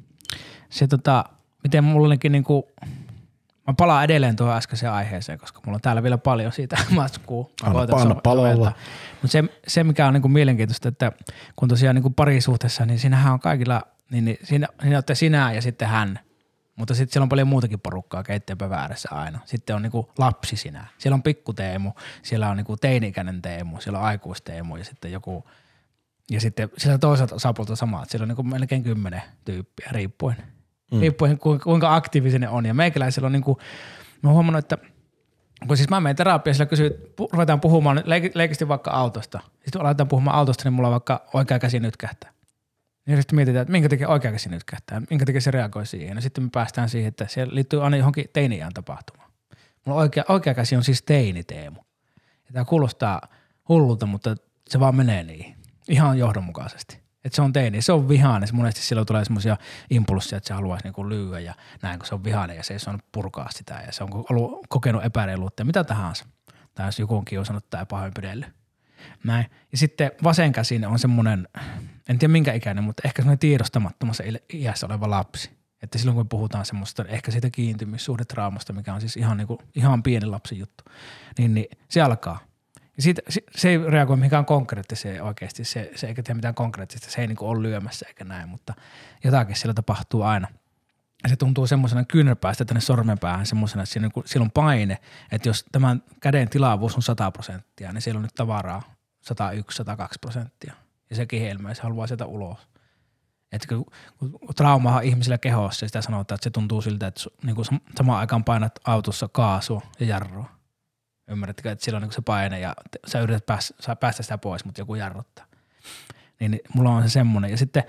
se tota, miten mullekin niinku, mä palaan edelleen tuohon äskeiseen aiheeseen, koska mulla on täällä vielä paljon siitä matskua. Anna panna palalla. Mutta se, se, mikä on niinku mielenkiintoista, että kun tosiaan niinku parisuhteessa, niin siinähän on kaikilla, niin, niin siinä, siinä olette sinä ja sitten hän. Mutta sitten siellä on paljon muutakin porukkaa keittiönpöydän ääressä aina. Sitten on niinku lapsi sinä. Siellä on pikku Teemu, siellä on niinku teini-ikäinen Teemu, siellä on aikuisteemu ja sitten joku, ja sitten siellä on toisaalta osapuolta samaa. Siellä on niinku melkein kymmenen tyyppiä riippuen. Mm. Riippuen kuinka aktiivinen ne on. Ja meikäläisellä on niinku, mä oon huomannut, että kun siis mä menen terapiaan, sillä kysyy, pu, ruvetaan puhumaan, leik, leikisti vaikka autosta. Sitten kun aletaan puhumaan autosta, niin mulla on vaikka oikea käsi nytkähtää. Niin sitten mietitään, että minkä takia oikea käsi nytkähtää, minkä takia se reagoi siihen. Ja sitten me päästään siihen, että se liittyy aina johonkin teini-iän tapahtumaan. Mulla oikea, oikea käsi on siis teini-Teemu. Ja tää kuulostaa hullulta, mutta se vaan menee niin. Ihan johdonmukaisesti. Että se on teini, se on vihainen, se monesti silloin tulee semmoisia impulsseja, että se haluaisi niinku lyödä ja näin, kun se on vihainen ja se ei saanut purkaa sitä ja se on ollut kokenut epäreiluutta ja mitä tahansa. Tai jos joku on kiusannut tai pahoinpidellyt. Näin. Ja sitten vasen käsi on semmoinen, en tiedä minkä ikäinen, mutta ehkä semmoinen tiedostamattomassa iässä oleva lapsi. Että silloin kun puhutaan semmoista, ehkä siitä kiintymyssuhdetraumasta, mikä on siis ihan, niinku, ihan pieni lapsen juttu, niin, niin se alkaa. Ja siitä, se ei reagoi mihinkään konkreettiseen oikeasti, se, se eikä tee mitään konkreettista, se ei niin kuin ole lyömässä eikä näin, mutta jotakin siellä tapahtuu aina. Ja se tuntuu semmoisena kyynärpäästä tänne sormenpäähän semmoisena, että siinä, siellä on paine, että jos tämän käden tilavuus on sata prosenttia, niin siellä on nyt tavaraa sata yksi sata kaksi prosenttia. Ja se kihelmää, se haluaa sieltä ulos. Että kun, kun trauma on ihmisillä kehossa ja sitä sanotaan, että se tuntuu siltä, että niin kuin samaan aikaan painat autossa kaasua ja jarrua. Ymmärrättekö, että silloin niin se paine ja sä yrität päästä, päästä sitä pois, mutta joku jarruttaa. Niin, niin mulla on se semmoinen. Ja sitten,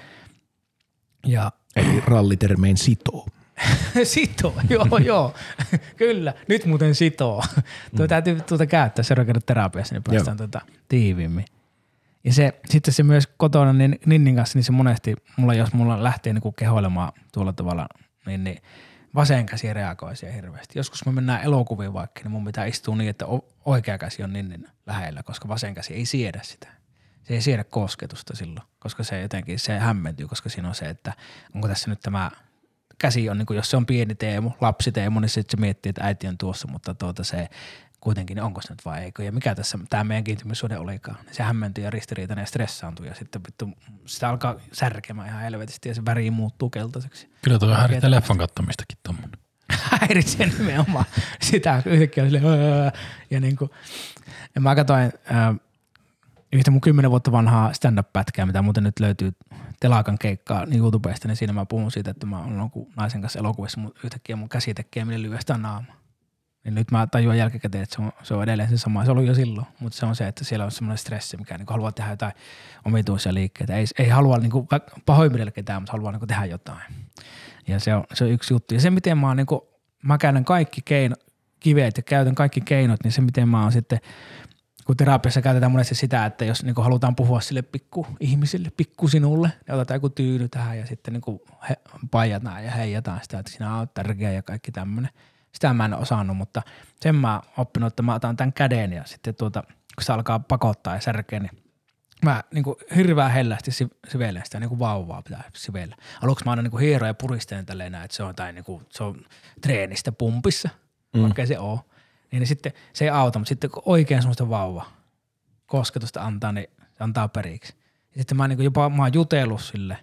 ja eli rallitermein sitoo. Sitoo, joo joo, kyllä. Nyt muuten sitoo. Tuo mm. täytyy tuota käyttää seuraavan kerran terapiassa, niin päästään tuota tiiviimmin. Ja se, sitten se myös kotona niin Ninnin kanssa, niin se monesti, mulla, jos mulla lähtee niin kuin kehoilemaan tuolla tavalla, niin, niin vasen käsi reagoi siihen hirveästi. Joskus me mennään elokuviin vaikka, niin mun pitää istua niin, että oikea käsi on Ninnin lähellä, koska vasen käsi ei siedä sitä. Se ei siedä kosketusta silloin, koska se jotenkin, se hämmentyy, koska siinä on se, että onko tässä nyt tämä käsi on, niin kuin jos se on pieni Teemu, lapsi Teemu, niin sitten se miettii, että äiti on tuossa, mutta tuota se kuitenkin, niin onko se nyt vai eikö, ja mikä tässä tämä meidän kiintymyssuhde olikaan. Se hämmentyy ja ristiriitainen ja stressaantuu, ja sitten vittu, sitä alkaa särkemään ihan helvetisti, ja se väri muuttuu keltaiseksi. Kyllä tuo häiritsee leffan katsomistakin tommonen. Häiritsee nimenomaan sitä, yhtäkkiä on silleen, öö, ja niin kuin, ja mä katsoin äh, yhtä mun kymmenen vuotta vanhaa stand-up-pätkää, mitä muuten nyt löytyy Telakan keikkaa niin YouTubesta, niin siinä mä puhun siitä, että mä olen naisen kanssa elokuvissa, mutta yhtäkkiä mun käsi tekee mille lyhyestään naama. Niin nyt mä tajuan jälkikäteen, että se on, se on edelleen se sama. Se oli jo silloin, mutta se on se, että siellä on semmoinen stressi, mikä niin haluaa tehdä jotain omituisia liikkeitä. Ei, ei halua niin pahoinpidellä ketään, mutta haluaa niin tehdä jotain. Ja se on, se on yksi juttu. Ja se, miten mä oon, niin kuin, mä käytän kaikki keino, kiveet ja käytän kaikki keinot, niin se, miten mä oon sitten, kun terapiassa käytetään monesti sitä, että jos niin halutaan puhua sille pikku ihmisille, pikku sinulle, niin otetaan joku tyyny tähän ja sitten niin he, paijataan ja heijataan sitä, että sinä olet tärkeä ja kaikki tämmöinen. Sitä mä en ole osannut, mutta sen mä oon oppinut, että mä otan tämän käden ja sitten tuota, kun se alkaa pakottaa ja särkeä, niin mä niin kuin hirveän hellästi sivelen sitä, niin kuin vauvaa pitää sivellä. Aluksi mä aina niin kuin hieron ja puristelen tälleen näin, että se on, tai niin kuin, se on treenistä pumpissa, mm. vaikka se on. Niin, niin sitten se ei auta, mutta sitten kun oikein semmoista vauva kosketusta antaa, niin se antaa periksi. Ja sitten mä niin kuin jopa, mä oon jutellut sille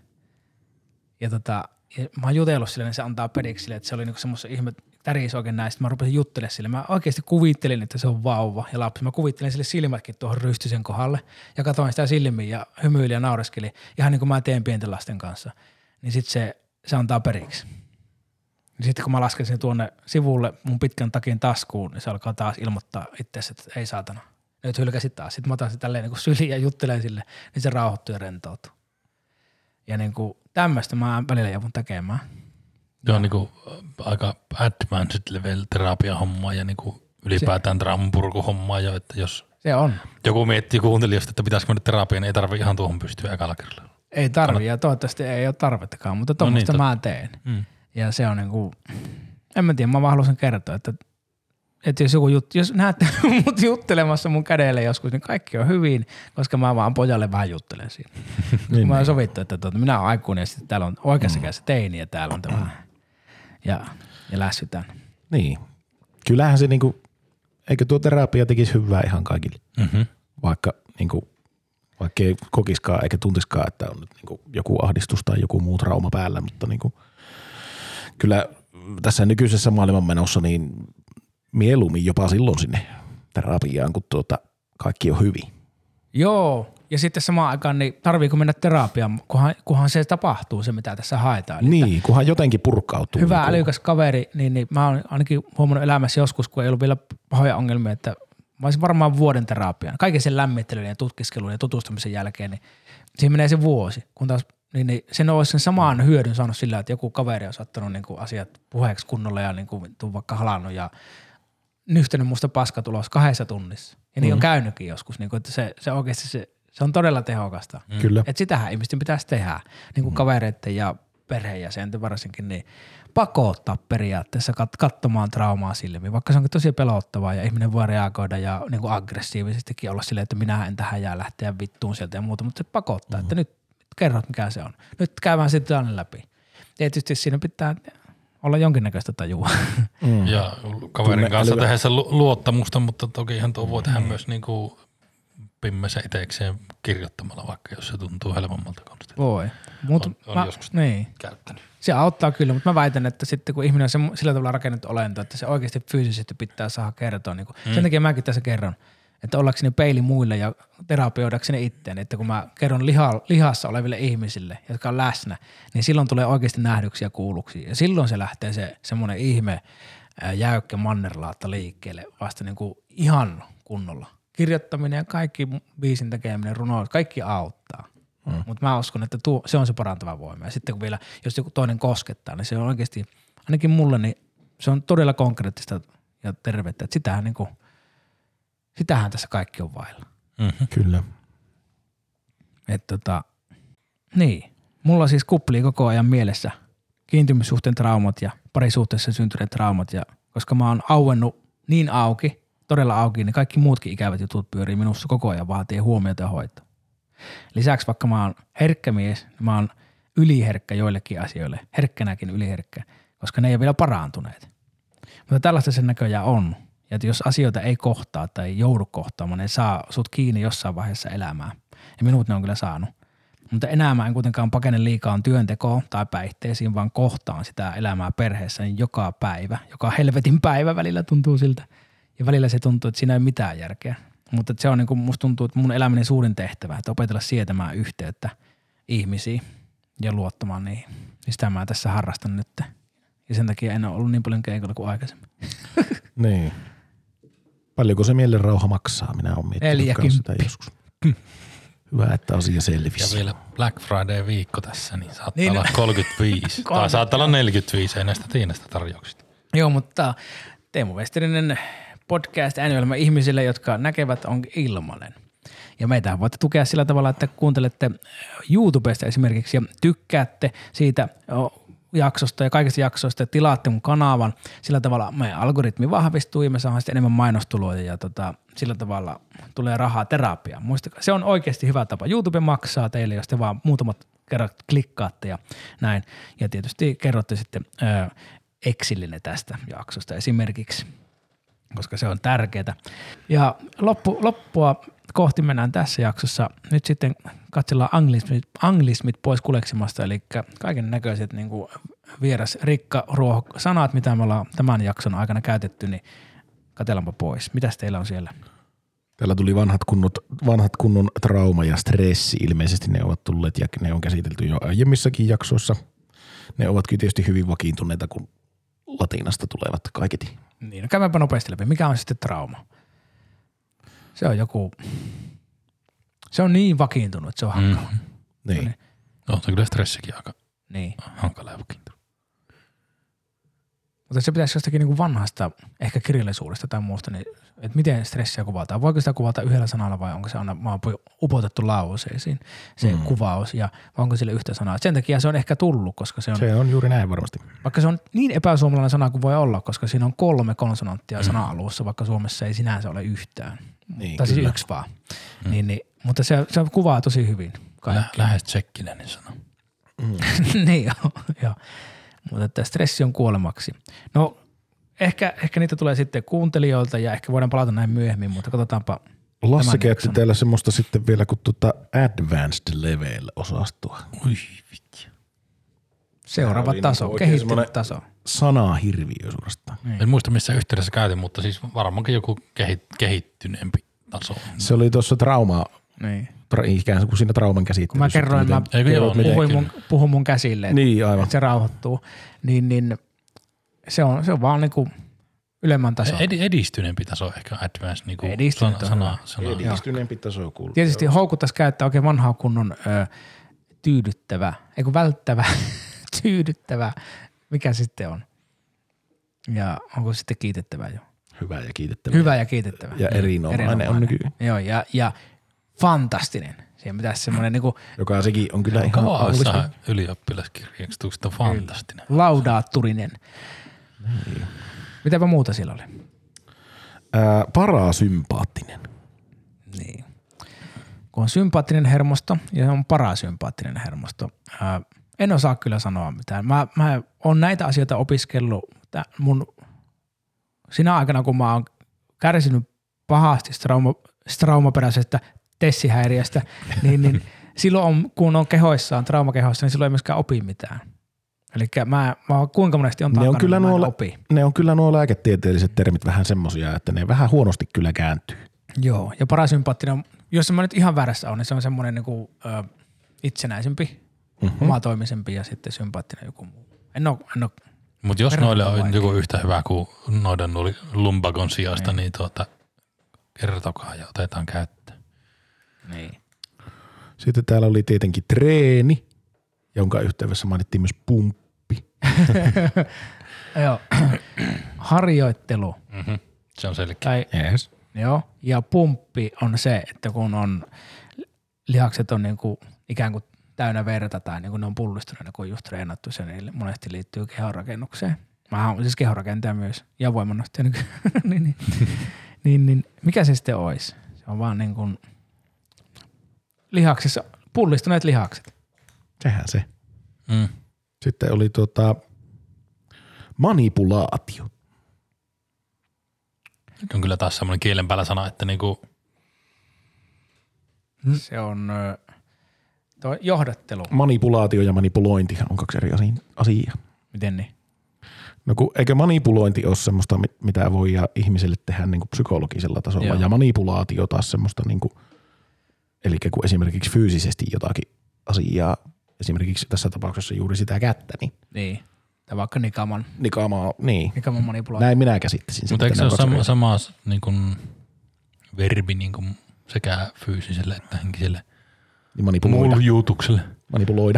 ja tota, ja mä oon jutellut sille, niin se antaa periksi sille, että se oli niin kuin semmoista ihme, tärisi oikein näin. Sitten mä rupesin juttelemaan sille. Mä oikeasti kuvittelin, että se on vauva ja lapsi. Mä kuvittelin sille silmätkin tuohon rystysen kohdalle ja katsoin sitä silmiin ja hymyilin ja naureskelin. Ihan niin kuin mä teen pienten lasten kanssa. Niin sitten se, se antaa periksi. Ja sitten kun mä lasken sen tuonne sivulle mun pitkän takin taskuun, niin se alkaa taas ilmoittaa itseäsi, että ei saatana. Nyt hylkäsit taas. Sitten mä otan se tälleen niin kuin syliin ja juttelen sille, niin se rauhoittuu ja rentoutuu. Ja niin kuin tämmöistä mä välillä joudun tekemään. Se on niinku aika advanced level terapia-hommaa ja niinku ylipäätään traumanpurkuhommaa jo, että jos se on. Joku miettii kuuntelijoista, että pitäisikö mennä terapiaan, niin ei tarvitse ihan tuohon pystyä ekalla kerralla. Ei tarvitse ja toivottavasti ei ole tarvettakaan, mutta tuommoista no niin, mä teen. Mm. Ja se on niinku, en mä tiedä, mä vaan haluaisin kertoa, että, että jos joku juttu, jos näette mut juttelemassa mun kädelle joskus, niin kaikki on hyvin, koska mä vaan pojalle vähän juttelen siinä. niin, mä oon sovittu, että tuota, minä olen aikuinen ja sitten täällä on oikeassa mm. kädessä teini ja täällä on tämä ja, ja lässytään. Niin. Kyllähän se niinku, eikö tuo terapia tekisi hyvää ihan kaikille, mm-hmm. vaikka niinku, vaikka ei kokiskaan eikä tuntiskaan, että on nyt niinku joku ahdistus tai joku muu trauma päällä, mutta niinku, kyllä tässä nykyisessä maailmanmenossa niin mieluummin jopa silloin sinne terapiaan, kun tuota kaikki on hyvin. Joo, ja sitten samaan aikaan niin tarviiko mennä terapiaan, kunhan, kunhan se tapahtuu, se mitä tässä haetaan. Niin, että kunhan jotenkin purkautuu. Hyvä niin älykäs kaveri, niin, niin mä oon ainakin huomannut elämässä joskus, kun ei ollut vielä pahoja ongelmia, että mä olisin varmaan vuoden terapiaan. Kaiken sen lämmittelyn ja tutkiskelun ja tutustumisen jälkeen, niin siihen menee se vuosi, kun taas niin, niin sen olisi sen samaan hyödyn saanut sillä, että joku kaveri on saattanut niin kuin asiat puheeksi kunnolla ja niin kuin vaikka halannut ja nyhtänyt musta paskatulos kahdessa tunnissa. Ja niin mm. on käynytkin joskus, niin kuin, että se, se oikeasti se, se on todella tehokasta. Mm. Kyllä. Että sitähän ihmisten pitäisi tehdä, niin kuin mm. kavereiden ja perheenjäsenten varsinkin, niin pakottaa periaatteessa kat- katsomaan traumaa silmiin, vaikka se onkin tosi pelottavaa ja ihminen voi reagoida ja niin kuin aggressiivisestikin olla silleen, että minä en tähän jää lähteä vittuun sieltä ja muuta, mutta se pakottaa, mm. että nyt kerrot mikä se on. Nyt käydään sitten tilanne läpi. Tietysti siinä pitää olla jonkinnäköistä tajua. Mm. Ja kaverin Tunne kanssa älyä. Tehdessä luottamusta, mutta toki ihan tuo voi tehdä mm. myös niinku pimmessä itsekseen kirjoittamalla, vaikka jos se tuntuu helpommalta konstilta. Voi. Mut on on mä, joskus niin. käyttänyt. Se auttaa kyllä, mutta mä väitän, että sitten kun ihminen on se, sillä tavalla rakennettu olento, että se oikeasti fyysisesti pitää saada kertoa. Niin mm. Sen takia mäkin tässä kerron, että ollakseni peili muille ja terapioidakseni itteen, että kun mä kerron liha, lihassa oleville ihmisille, jotka on läsnä, niin silloin tulee oikeasti nähdyksi ja kuulluksi. Ja silloin se lähtee se semmoinen ihme ää, jäykkä mannerlaatta liikkeelle vasta niin kuin ihan kunnolla. Kirjoittaminen ja kaikki biisin tekeminen, runoilut, kaikki auttaa. Mm. Mutta mä uskon, että tuo, se on se parantava voima. Ja sitten kun vielä, jos joku toinen koskettaa, niin se on oikeasti, ainakin mulle, niin se on todella konkreettista ja tervettä. Että sitähän, niin kuin, sitähän tässä kaikki on vailla. Mm-hmm. Kyllä. Että tota, niin. Mulla siis kuplii koko ajan mielessä kiintymyssuhteen traumat ja parisuhteessa syntyneet traumat. Ja koska mä oon auennut niin auki, todella auki, niin kaikki muutkin ikävät jutut pyörii minussa koko ajan, vaatii huomiota ja hoitoa. Lisäksi vaikka mä oon herkkä mies, niin mä oon yliherkkä joillekin asioille, herkkänäkin yliherkkä, koska ne ei ole vielä parantuneet. Mutta tällaista sen näköjään on. Ja että jos asioita ei kohtaa tai joudu kohtaamaan, ne saa sut kiinni jossain vaiheessa elämää. Ja minut ne on kyllä saanut. Mutta enää mä en kuitenkaan pakene liikaa työntekoon tai päihteisiin, vaan kohtaan sitä elämää perheessä niin joka päivä. Joka helvetin päivä välillä tuntuu siltä. Ja välillä se tuntuu, että siinä ei ole mitään järkeä. Mutta se on niin kuin musta tuntuu, että mun elämäni suurin tehtävä, että opetella sietämään yhteyttä ihmisiin ja luottamaan niihin. Ja sitä mä tässä harrastan nyt. Ja sen takia en ole ollut niin paljon keikolla kuin aikaisemmin. Niin. Paljonko se mielen rauha maksaa? Minä olen miettinyt sitä joskus. Hyvä, että asia selvisi. Ja vielä Black Friday viikko tässä, niin saattaa niin, olla kolmekymmentäviisi. Tai saattaa olla neljäkymmentäviisi, ei näistä Tiinasta tarjouksista. Joo, mutta Teemu Westerinen podcast äänivelmä ihmisille, jotka näkevät, on ilmainen. Ja meitä voitte tukea sillä tavalla, että kuuntelette YouTubesta esimerkiksi ja tykkäätte siitä jaksosta ja kaikista jaksoista ja tilaatte mun kanavan. Sillä tavalla meidän algoritmi vahvistuu ja me saadaan sitten enemmän mainostuloja ja tota, sillä tavalla tulee rahaa terapiaan. Muistakaa, se on oikeasti hyvä tapa. YouTube maksaa teille, jos te vaan muutamat kerrat klikkaatte ja näin. Ja tietysti kerrotte sitten ö, Exillinen tästä jaksosta esimerkiksi, koska se on tärkeää. Ja loppu, loppua kohti mennään tässä jaksossa. Nyt sitten katsellaan anglismit, anglismit pois kuleksimasta, eli kaiken näköiset niin kuin vieras rikkaruoho sanat, mitä me ollaan tämän jakson aikana käytetty, niin katsellaanpa pois. Mitäs teillä on siellä? Täällä tuli vanhat, kunnot, vanhat kunnon trauma ja stressi. Ilmeisesti ne ovat tulleet ja ne on käsitelty jo aiemmissakin jaksoissa. Ne ovatkin tietysti hyvin vakiintuneita, kun latinasta tulevat kaiketi. Niin, no käydäänpä nopeasti läpi. Mikä on sitten trauma? Se on joku, se on niin vakiintunut, että se on hankala. Mm. Niin. niin. No, se on kyllä stressikin aika niin. hankala ja vakiintunut. Mutta se pitäisi jostakin niin kuin vanhasta, ehkä kirjallisuudesta tai muusta, niin että miten stressiä kuvataan. Voiko sitä kuvata yhdellä sanalla vai onko se aina vaan upotettu lauseisiin se mm. kuvaus ja vai onko sille yhtä sanaa. Sen takia se on ehkä tullut, koska se on. Se on juuri näin varmasti. Vaikka se on niin epäsuomalainen sana kuin voi olla, koska siinä on kolme konsonanttia mm. sana-alussa, vaikka Suomessa ei sinänsä ole yhtään. Niin, tai siis kyllä. yksi vaan. Mm. Niin, niin, mutta se, se kuvaa tosi hyvin. Lä- lähes tsekkiläinen sana. Mm. niin joo, joo. Mutta että stressi on kuolemaksi. No ehkä, ehkä niitä tulee sitten kuuntelijoilta ja ehkä voidaan palata näin myöhemmin, mutta katsotaanpa. Lasse käytti täällä semmoista sitten vielä kuin tuota advanced level -osastoa. Ui vittu. Seuraava taso, niin kehittynyt taso. Sanaa hirviö suorastaan. Niin. En muista missä yhteydessä käytin, mutta siis varmaankin joku kehittyneempi taso. Se oli tuossa trauma. Niin. Tra, ikään kuin siinä trauman käsittelyssä. Kun mä kerroin, mä kerrot, puhuin, mun, puhun mun käsille, niin, aivan. että se rauhoittuu, niin, niin se, on, se on vaan niinku ylemmän taso. Ed, edistyneempi taso ehkä advanced. Niinku edistyneempi sana, sana, sana. Edistyneempi taso kuuluu. Tietysti houkuttaisi käyttää oikein vanhaa kunnon ö, tyydyttävä, eikö välttävä, tyydyttävä, mikä sitten on. Ja onko sitten kiitettävä jo? Hyvä ja kiitettävä. Hyvä ja kiitettävä. Ja erinomainen, erinomainen. on nykyään. Joo, ja, ja fantastinen. Siihen pitäisi semmoinen niinku. Joka sekin on kyllä ihan kauan ylioppilaskirjaksi, tuliko sitä fantastinen? Laudaatturinen. Niin. Mitäpä muuta siellä oli? Ää, parasympaattinen. Niin. Kun on sympaattinen hermosto ja on parasympaattinen hermosto. Ää, en osaa kyllä sanoa mitään. Mä, mä oon näitä asioita opiskellut mun sinä aikana, kun mä oon kärsinyt pahasti trauma, traumaperäisestä tessihäiriöstä, niin, niin silloin on, kun on kehoissaan, traumakehoissa, niin silloin ei myöskään opi mitään. Eli mä, mä kuinka monesti on takana, on kyllä niin nuo, opi. Ne on kyllä nuo lääketieteelliset termit vähän semmosia, että ne vähän huonosti kyllä kääntyy. Joo, ja parasympaattinen, jos mä nyt ihan väärässä on, niin se on semmoinen niinku, ö, itsenäisempi, mm-hmm. omatoimisempi ja sitten sympaattinen joku muu. En oo, en oo Mutta jos noille on joku yhtä hyvä kuin noiden lumbagon sijasta, niin, niin tuota, kertokaa ja otetaan käyttöön. Niin. Sitten täällä oli tietenkin treeni, jonka yhteydessä mainittiin myös pumppi. Joo, harjoittelu. Mm-hmm. Se on selkeä. Tai, Yes. joo, ja pumppi on se, että kun on lihakset on niinku ikään kuin täynnä verta tai niin kuin ne on pullistuneena, kun on just treenattu se, niin monesti liittyy kehonrakennukseen. Mä oon siis kehonrakentaja myös ja voimannostaja. niin, niin, niin, niin, mikä se sitten olisi? Se on vaan niin kuin lihaksissa, pullistuneet lihakset. Sehän se. Mm. Sitten oli tota manipulaatio. On kyllä taas semmoinen kielen päällä sana, että niinku Se on ö, tuo johdattelu. Manipulaatio ja manipulointihan on kaksi eri asiaa. Miten niin? No kun, eikö manipulointi ole semmoista, mitä voi ihmiselle tehdä niin kuin psykologisella tasolla, Joo. ja manipulaatio taas semmoista, niin kuin, eli kun esimerkiksi fyysisesti jotakin asiaa, esimerkiksi tässä tapauksessa juuri sitä kättä, niin Niin. Tai vaikka nikaman, nikaamaa, niin. nikaman manipulaatio. Näin minä käsittäisin. Mutta eikö se ne ole kaksi sama, eri- sama niin kuin verbi niin kuin sekä fyysiselle että henkiselle niin manipuloida. muljuutukselle? manipuloida.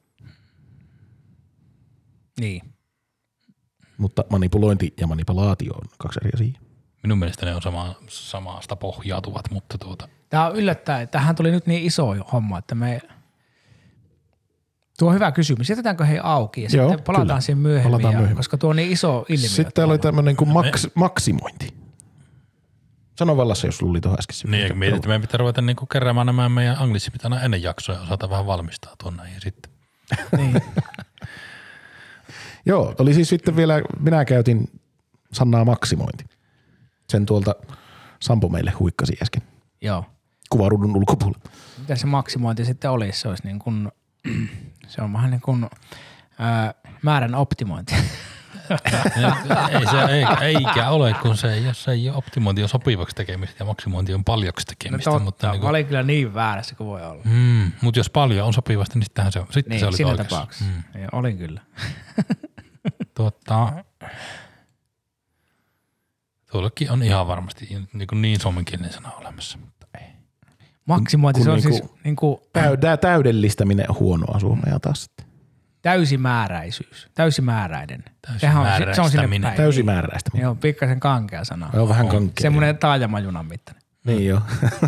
Niin. Mutta manipulointi ja manipulaatio on kaksi eri asiaa. Minun mielestä ne on sama, samasta pohjautuvat, mutta tuota. Tämä on yllättäen. Tähän tuli nyt niin iso homma, että me... Tuo on hyvä kysymys. Jätetäänkö he auki ja Joo, sitten palataan kyllä. siihen myöhemmin, Palataan ja, myöhemmin. koska tuo on niin iso ilmiö. Sitten täällä oli tämmöinen kuin maks, maksimointi. Sano vallassa, jos luuli tuohon äsken. Niin, eikö mietit, että meidän pitää ruveta niinku keräämään nämä meidän anglissimit aina ennen jaksoa ja osata vähän valmistautua näihin sitten. Niin. Joo, oli siis sitten vielä, minä käytin sanaa maksimointi. Sen tuolta Sampo meille huikkasi äsken. Joo. Kuvaruudun ulkopuolella. Mitä se maksimointi sitten olisi? Se olisi niin kuin, se on vähän niin kuin ää, määrän optimointi. ei se eikä, eikä ole, kun se ei, jos se ei ole optimointi on sopivaksi tekemistä ja maksimointi on paljoksi No tekemistä. totta, mutta mä niinku, olin kyllä niin väärässä kuin voi olla. mm, mutta jos paljon on sopivasti, niin sittenhän se on. Sitten Niin, se oli siinä oikeassa. tapauksessa. Mm. Ja olin kyllä. Tuota, tuollekin on ihan varmasti niin, kuin niin suomenkielinen sana olemassa, mutta ei. Maksimointi, Kun se on niinku- siis niin kuin Täydä, täydellistäminen on huonoa suomea taas sitten. täysimääräisyys, täysimääräinen. Sehän on, se on sinne Täysimääräistäminen. päin. Täysimääräistäminen. Joo, pikkasen kankea sana. On vähän kankea. Semmoinen taajamajunan mittainen. Niin joo.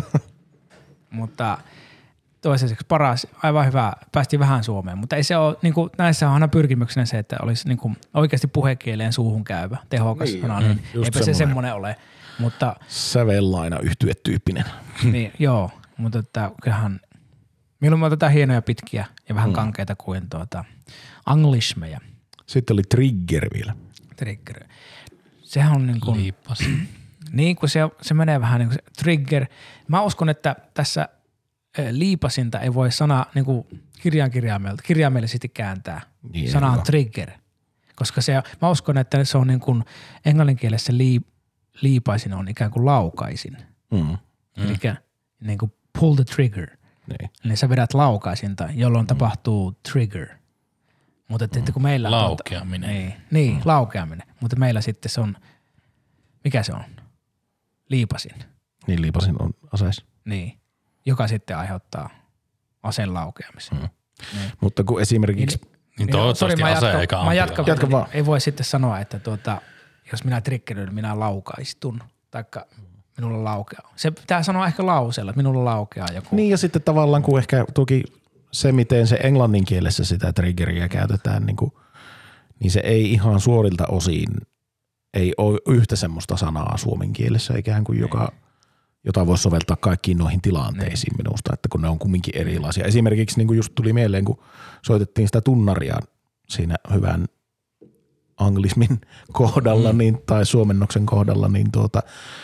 Mutta toisaiseksi paras, aivan hyvä, päästiin vähän Suomeen, mutta ei se ole, niin kuin, näissä on aina pyrkimyksenä se, että olisi niin kuin, oikeasti puhekieleen suuhun käyvä, tehokas Niin, sana, mm, niin just eipä se semmoinen. semmoinen ole, mutta Sävellaina yhtyetyyppinen. niin, joo, mutta että kyllähän, milloin me otetaan hienoja pitkiä ja vähän Mm. kankeita kuin tuota, anglismeja, Sitten oli trigger vielä. trigger. Sehän on niin kuin, Liipas. niin kuin se, se menee vähän niin kuin se trigger. Mä uskon, että tässä eh, liipasinta ei voi sana niin kuin kirjaan kirjaimelta, kirjaimellisesti kääntää. Niin, Sana on hyvä. trigger, koska se, mä uskon, että se on niin kuin englanninkielessä lii, liipaisin on ikään kuin laukaisin. Mm. Mm. Eli niin kuin pull the trigger. Niin. Eli sä vedät laukaisinta, jolloin mm. tapahtuu trigger. Mutta että, että kun meillä on Laukeaminen. Tuota, niin, niin mm. laukeaminen. Mutta meillä sitten se on, mikä se on? Liipasin. Niin liipasin on aseis. Niin, joka sitten aiheuttaa aseen laukeamisen. Mm. Mutta kun esimerkiksi, Niin toivottavasti sori, mä ase jatkan- eikä mä ampia. jatkan, Jatka vaan. Ei voi sitten sanoa, että tuota, jos minä triggeröin, minä laukaistun. Taikka minulla laukeaa. Se pitää sanoa ehkä lauseella, että minulla laukeaa joku. niin ja sitten tavallaan kun ehkä toki se, miten se englannin kielessä sitä triggeriä käytetään, niin, kuin, niin se ei ihan suorilta osin, ei ole yhtä semmoista sanaa suomen kielessä ikään kuin, joka, jota voisi soveltaa kaikkiin noihin tilanteisiin niin. minusta, että kun ne on kumminkin erilaisia. Esimerkiksi niin kuin just tuli mieleen, kun soitettiin sitä tunnaria siinä hyvän anglismin kohdalla mm. niin, tai suomennoksen kohdalla, niin tuota,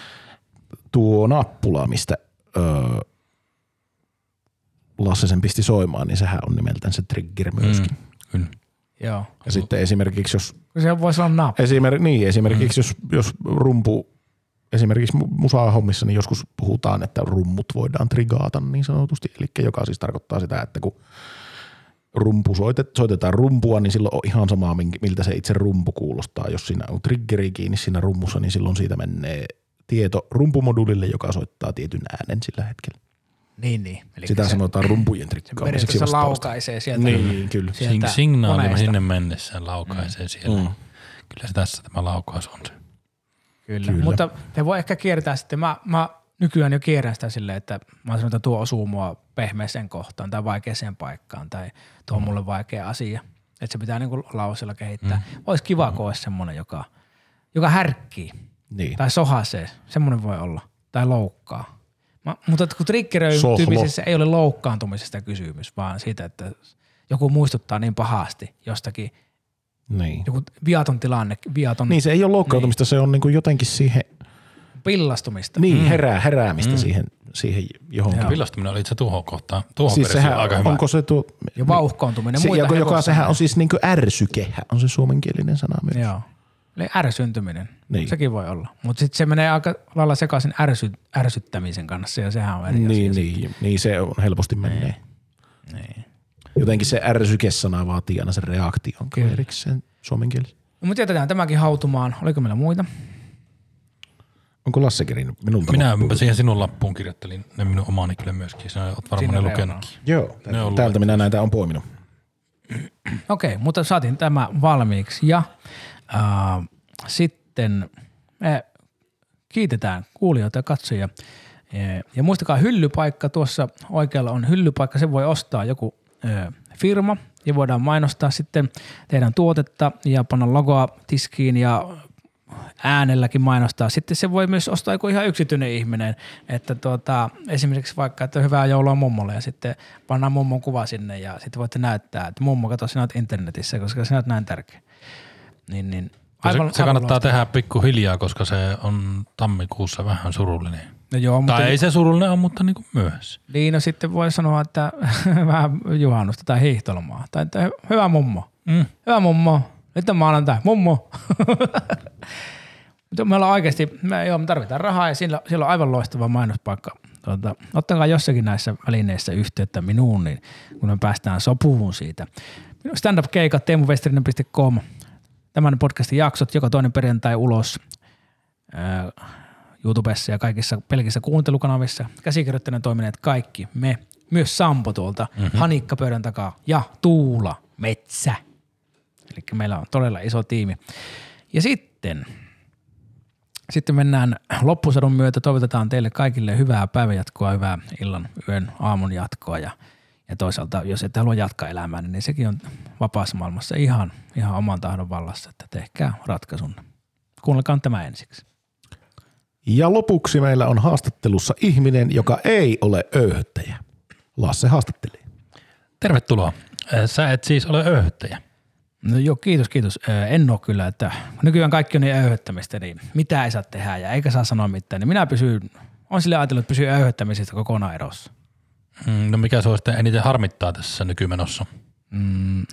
tuo nappula, mistä öö, Lasse sen pisti soimaan, niin sehän on nimeltään se trigger myöskin. Mm, kyllä. Joo. Ja sitten esimerkiksi jos, Se voisi olla nappi. esimer, niin, esimerkiksi mm. jos, jos rumpu esimerkiksi musa-hommissa niin joskus puhutaan, että rummut voidaan trigaata niin sanotusti, eli joka siis tarkoittaa sitä, että kun rumpu soitet, soitetaan rumpua, niin silloin on ihan sama, miltä se itse rumpu kuulostaa. Jos siinä on triggeri kiinni siinä rummussa, niin silloin siitä menee tieto rumpumodulille, joka soittaa tietyn äänen sillä hetkellä. Niin, niin. Eli sitä se, sanotaan rumpujen trikkaamiseksi vastaavasta. Se laukaisee sieltä. Niin, kyllä. Sieltä signaali koneesta. sinne mennessä laukaisee mm. siellä. Mm. Kyllä se tässä tämä laukaus on se. Kyllä. Kyllä. Mutta te voi ehkä kiertää sitten. Mä, mä nykyään jo kierrän sitä silleen, että mä sanon, että tuo osuu mua pehmeeseen kohtaan tai vaikeaseen paikkaan tai tuo on mulle vaikea asia. Että se pitää niinku lausella kehittää. Mm. Olisi kiva, kun olisi semmoinen, joka, joka härkkii niin. tai sohasee. Semmoinen voi olla. Tai loukkaa. Mä, mutta kun triggeröitymisessä ei ole loukkaantumisesta kysymys, vaan siitä, että joku muistuttaa niin pahasti jostakin. Niin. Joku viaton tilanne, viaton. Niin se ei ole loukkaantumista, niin. Se on niinku jotenkin siihen. Pillastumista. Niin, mm. herää, heräämistä mm. siihen, siihen johonkin. Pillastuminen oli itse tuohon kohtaan. Tuohon siis sehän, aika hyvä. Onko se tuo? Ja vauhkoontuminen. Se, muita joka sehän on siis niinku ärsykehän, on se suomenkielinen sana myös. Joo. Eli ärsyntyminen. Niin. Sekin voi olla. Mutta sitten se menee aika lailla sekaisin ärsy, ärsyttämisen kanssa ja sehän on eri niin, asia. Niin, niin, se on helposti menee. Niin. Jotenkin se ärsykesana vaatii aina sen reaktion erikseen suomenkielisen. No, mutta jätetään tämäkin hautumaan. Oliko meillä muita? Onko Lasse kerinyt minulta Minä loppuun? siihen sinun lappuun kirjoittelin ne minun omani kyllä myöskin. Sinä olet varmaan ne lukenutkin. Joo, täältä minä näitä on poiminut. Okei, okay, mutta saatiin tämä valmiiksi ja äh, sitten me kiitetään kuulijoita ja katsojia. Ja muistakaa hyllypaikka, tuossa oikealla on hyllypaikka, se voi ostaa joku ö, firma ja voidaan mainostaa sitten teidän tuotetta ja panna logoa tiskiin ja äänelläkin mainostaa. Sitten se voi myös ostaa joku ihan yksityinen ihminen, että tuota, esimerkiksi vaikka, että hyvää joulua mummolle ja sitten pannaan mummon kuva sinne ja sitten voitte näyttää, että mummo, kato sinä olet internetissä, koska sinä olet näin tärkeä. Niin, niin. Aivan, se, se kannattaa loistava. Tehdä pikkuhiljaa, koska se on tammikuussa vähän surullinen. No joo, mutta tai ei se surullinen ole, mutta niin kuin myös. Niin, no sitten voi sanoa, että vähän juhannusta tai hiihtolomaa. Tai että hyvä mummo. Mm. Hyvä mummo. Nyt on maanantai. Mummo. Mutta me ollaan oikeasti, me, joo, me tarvitaan rahaa ja siellä, siellä on aivan loistava mainospaikka. Tuota, ottakaa jossakin näissä välineissä yhteyttä minuun, niin kun me päästään sopuun siitä. Stand-up-keikat, teemu westerinen piste com. Tämän podcastin jaksot joka toinen perjantai ulos äh, YouTubessa ja kaikissa pelkissä kuuntelukanavissa. Käsikirjoittajana toimineet kaikki me. Myös Sampo tuolta mm-hmm. Hanikka pöydän takaa ja Tuula Metsä. Eli meillä on todella iso tiimi. Ja sitten, sitten mennään loppusadun myötä. Toivotetaan teille kaikille hyvää päivänjatkoa, hyvää illan, yön, aamun jatkoa ja Ja toisaalta, jos ette halua jatkaa elämää, niin sekin on vapaassa maailmassa ihan, ihan oman tahdon vallassa, että tehkää ratkaisun. Kuunnelkaa tämä ensiksi. Ja lopuksi meillä on haastattelussa ihminen, joka ei ole öyhöttäjä. Lasse haastattelee. Tervetuloa. Sä et siis ole öyhöttäjä. No joo, kiitos, kiitos. En ole kyllä, että nykyään kaikki on niin öyhöttämistä, niin mitä ei saa tehdä ja eikä saa sanoa mitään. Niin minä pysyn, on sille ajatellut, että pysyy öyhöttämisestä kokonaan erossa. No mikä sua sitten eniten harmittaa tässä nykymenossa? Mm,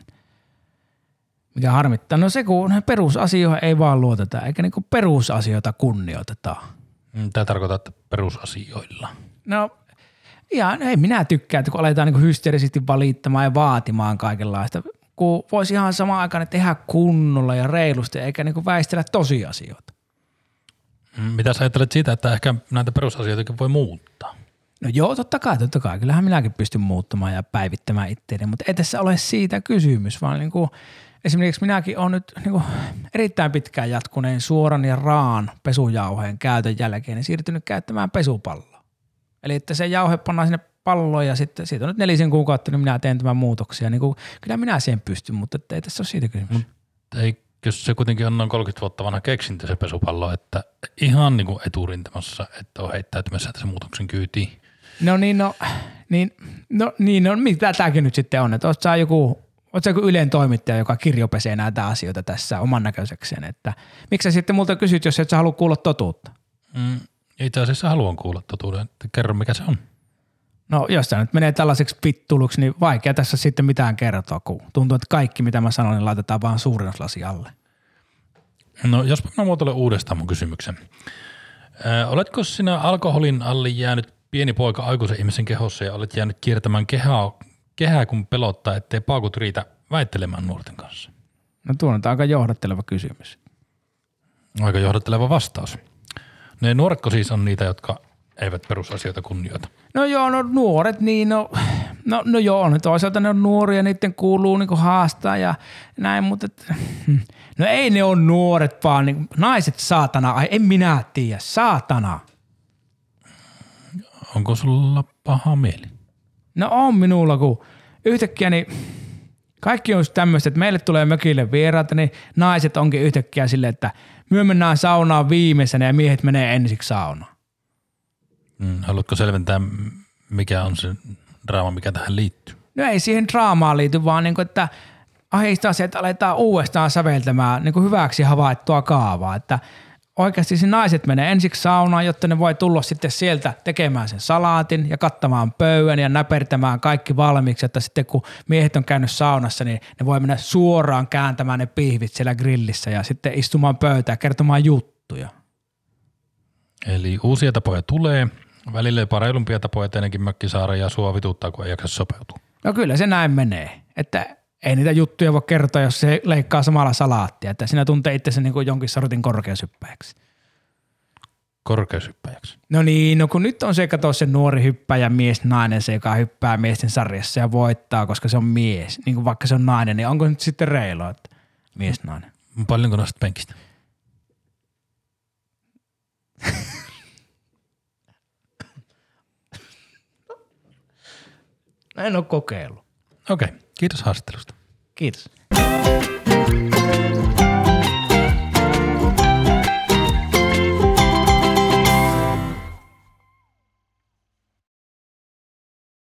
mikä harmittaa? No se, kun perusasioihin ei vaan luoteta, eikä niinku perusasioita kunnioiteta. Tämä tarkoittaa, että perusasioilla. No ihan, ei minä tykkää, että kun aletaan niinku hysteerisesti valittamaan ja vaatimaan kaikenlaista, kun voisi ihan samaan aikaan tehdä kunnolla ja reilusti, eikä niinku väistellä tosiasioita. Mitä sä ajattelet siitä, että ehkä näitä perusasioitakin voi muuttaa? No joo, totta kai, totta kai. Kyllähän minäkin pystyn muuttamaan ja päivittämään itseäni, mutta ei tässä ole siitä kysymys, vaan niin kuin, esimerkiksi minäkin olen nyt niin kuin erittäin pitkään jatkuneen suoran ja raan pesujauheen käytön jälkeen niin siirtynyt käyttämään pesupalloa. Eli että se jauhe pannaan sinne palloon ja sitten siitä on nyt nelisen kuukautta, niin minä teen tämän muutoksia. Niin kuin, kyllä minä siihen pystyn, mutta ei tässä ole siitä kysymys. Mut eikö se kuitenkin on noin kolmekymmentä vuotta vanha keksintö se pesupallo, että ihan niin kuin eturintamassa, että on heittäytymässä tässä muutoksen kyytiin. No niin, no, niin, no, niin, no mitä tämäkin nyt sitten on, että oot sä joku, oot sä joku Ylen toimittaja, joka kirjopesee näitä asioita tässä oman näköisekseen, että miksi sä sitten multa kysyt, jos et sä halua kuulla totuutta? Mm, itse asiassa haluan kuulla totuuden, että kerro mikä se on. No jos tämä nyt menee tällaiseksi pittuluksi, niin vaikea tässä sitten mitään kertoa, kun tuntuu, että kaikki mitä mä sanon, niin laitetaan vaan suurennuslasi alle. No jos mä muotoilen uudestaan mun kysymyksen. Ö, oletko sinä alkoholin alle jäänyt pieni poika aikuisen ihmisen kehossa ja olet jäänyt kiertämään kehää, kehää kun pelottaa, ettei paukut riitä väittelemään nuorten kanssa? No tuo on aika johdatteleva kysymys. Aika johdatteleva vastaus. Ne nuoretko siis on niitä, jotka eivät perusasioita kunnioita? No joo, no nuoret niin, no, no, no joo, no toisaalta ne on nuoria, niiden kuuluu niinku haastaa ja näin, mutta et, no ei ne on nuoret vaan niinku, naiset saatana, ai en minä tiedä, saatana. Onko sulla paha mieli? No on minulla, kun yhtäkkiä niin kaikki on tämmöistä, että meille tulee mökille vieraita, niin naiset onkin yhtäkkiä silleen, että me mennään saunaan viimeisenä ja miehet menee ensiksi saunaan. Hmm, haluatko selventää, mikä on se draama, mikä tähän liittyy? No ei siihen draamaan liity, vaan niin kuin, että ahdistaa se, että aletaan uudestaan säveltämään niin kuin hyväksi havaittua kaavaa, että oikeasti se naiset menee ensiksi saunaan, jotta ne voi tulla sitten sieltä tekemään sen salaatin ja kattamaan pöydän ja näpertämään kaikki valmiiksi, että sitten kun miehet on käynyt saunassa, niin ne voi mennä suoraan kääntämään ne pihvit siellä grillissä ja sitten istumaan pöytään ja kertomaan juttuja. Eli uusia tapoja tulee, välillä jopa reilumpia tapoja tietenkin mökkisaara ja sua vituttaa, kun ei jaksa sopeutua. No kyllä se näin menee, että ei niitä juttuja voi kertoa, jos se leikkaa samalla salaattia, että sinä tuntee itsesi niin kuin jonkin sortin korkeushyppäjäksi. Korkeushyppäjäksi? No niin, no kun nyt on se, kato se nuori hyppäjä, mies, nainen, se joka hyppää miesten sarjassa ja voittaa, koska se on mies, niin kuin vaikka se on nainen, niin onko nyt sitten reilua, että mies, nainen? Paljonko nostat penkistä? En ole kokeillut. Okei, kiitos haastattelusta. Kiitos.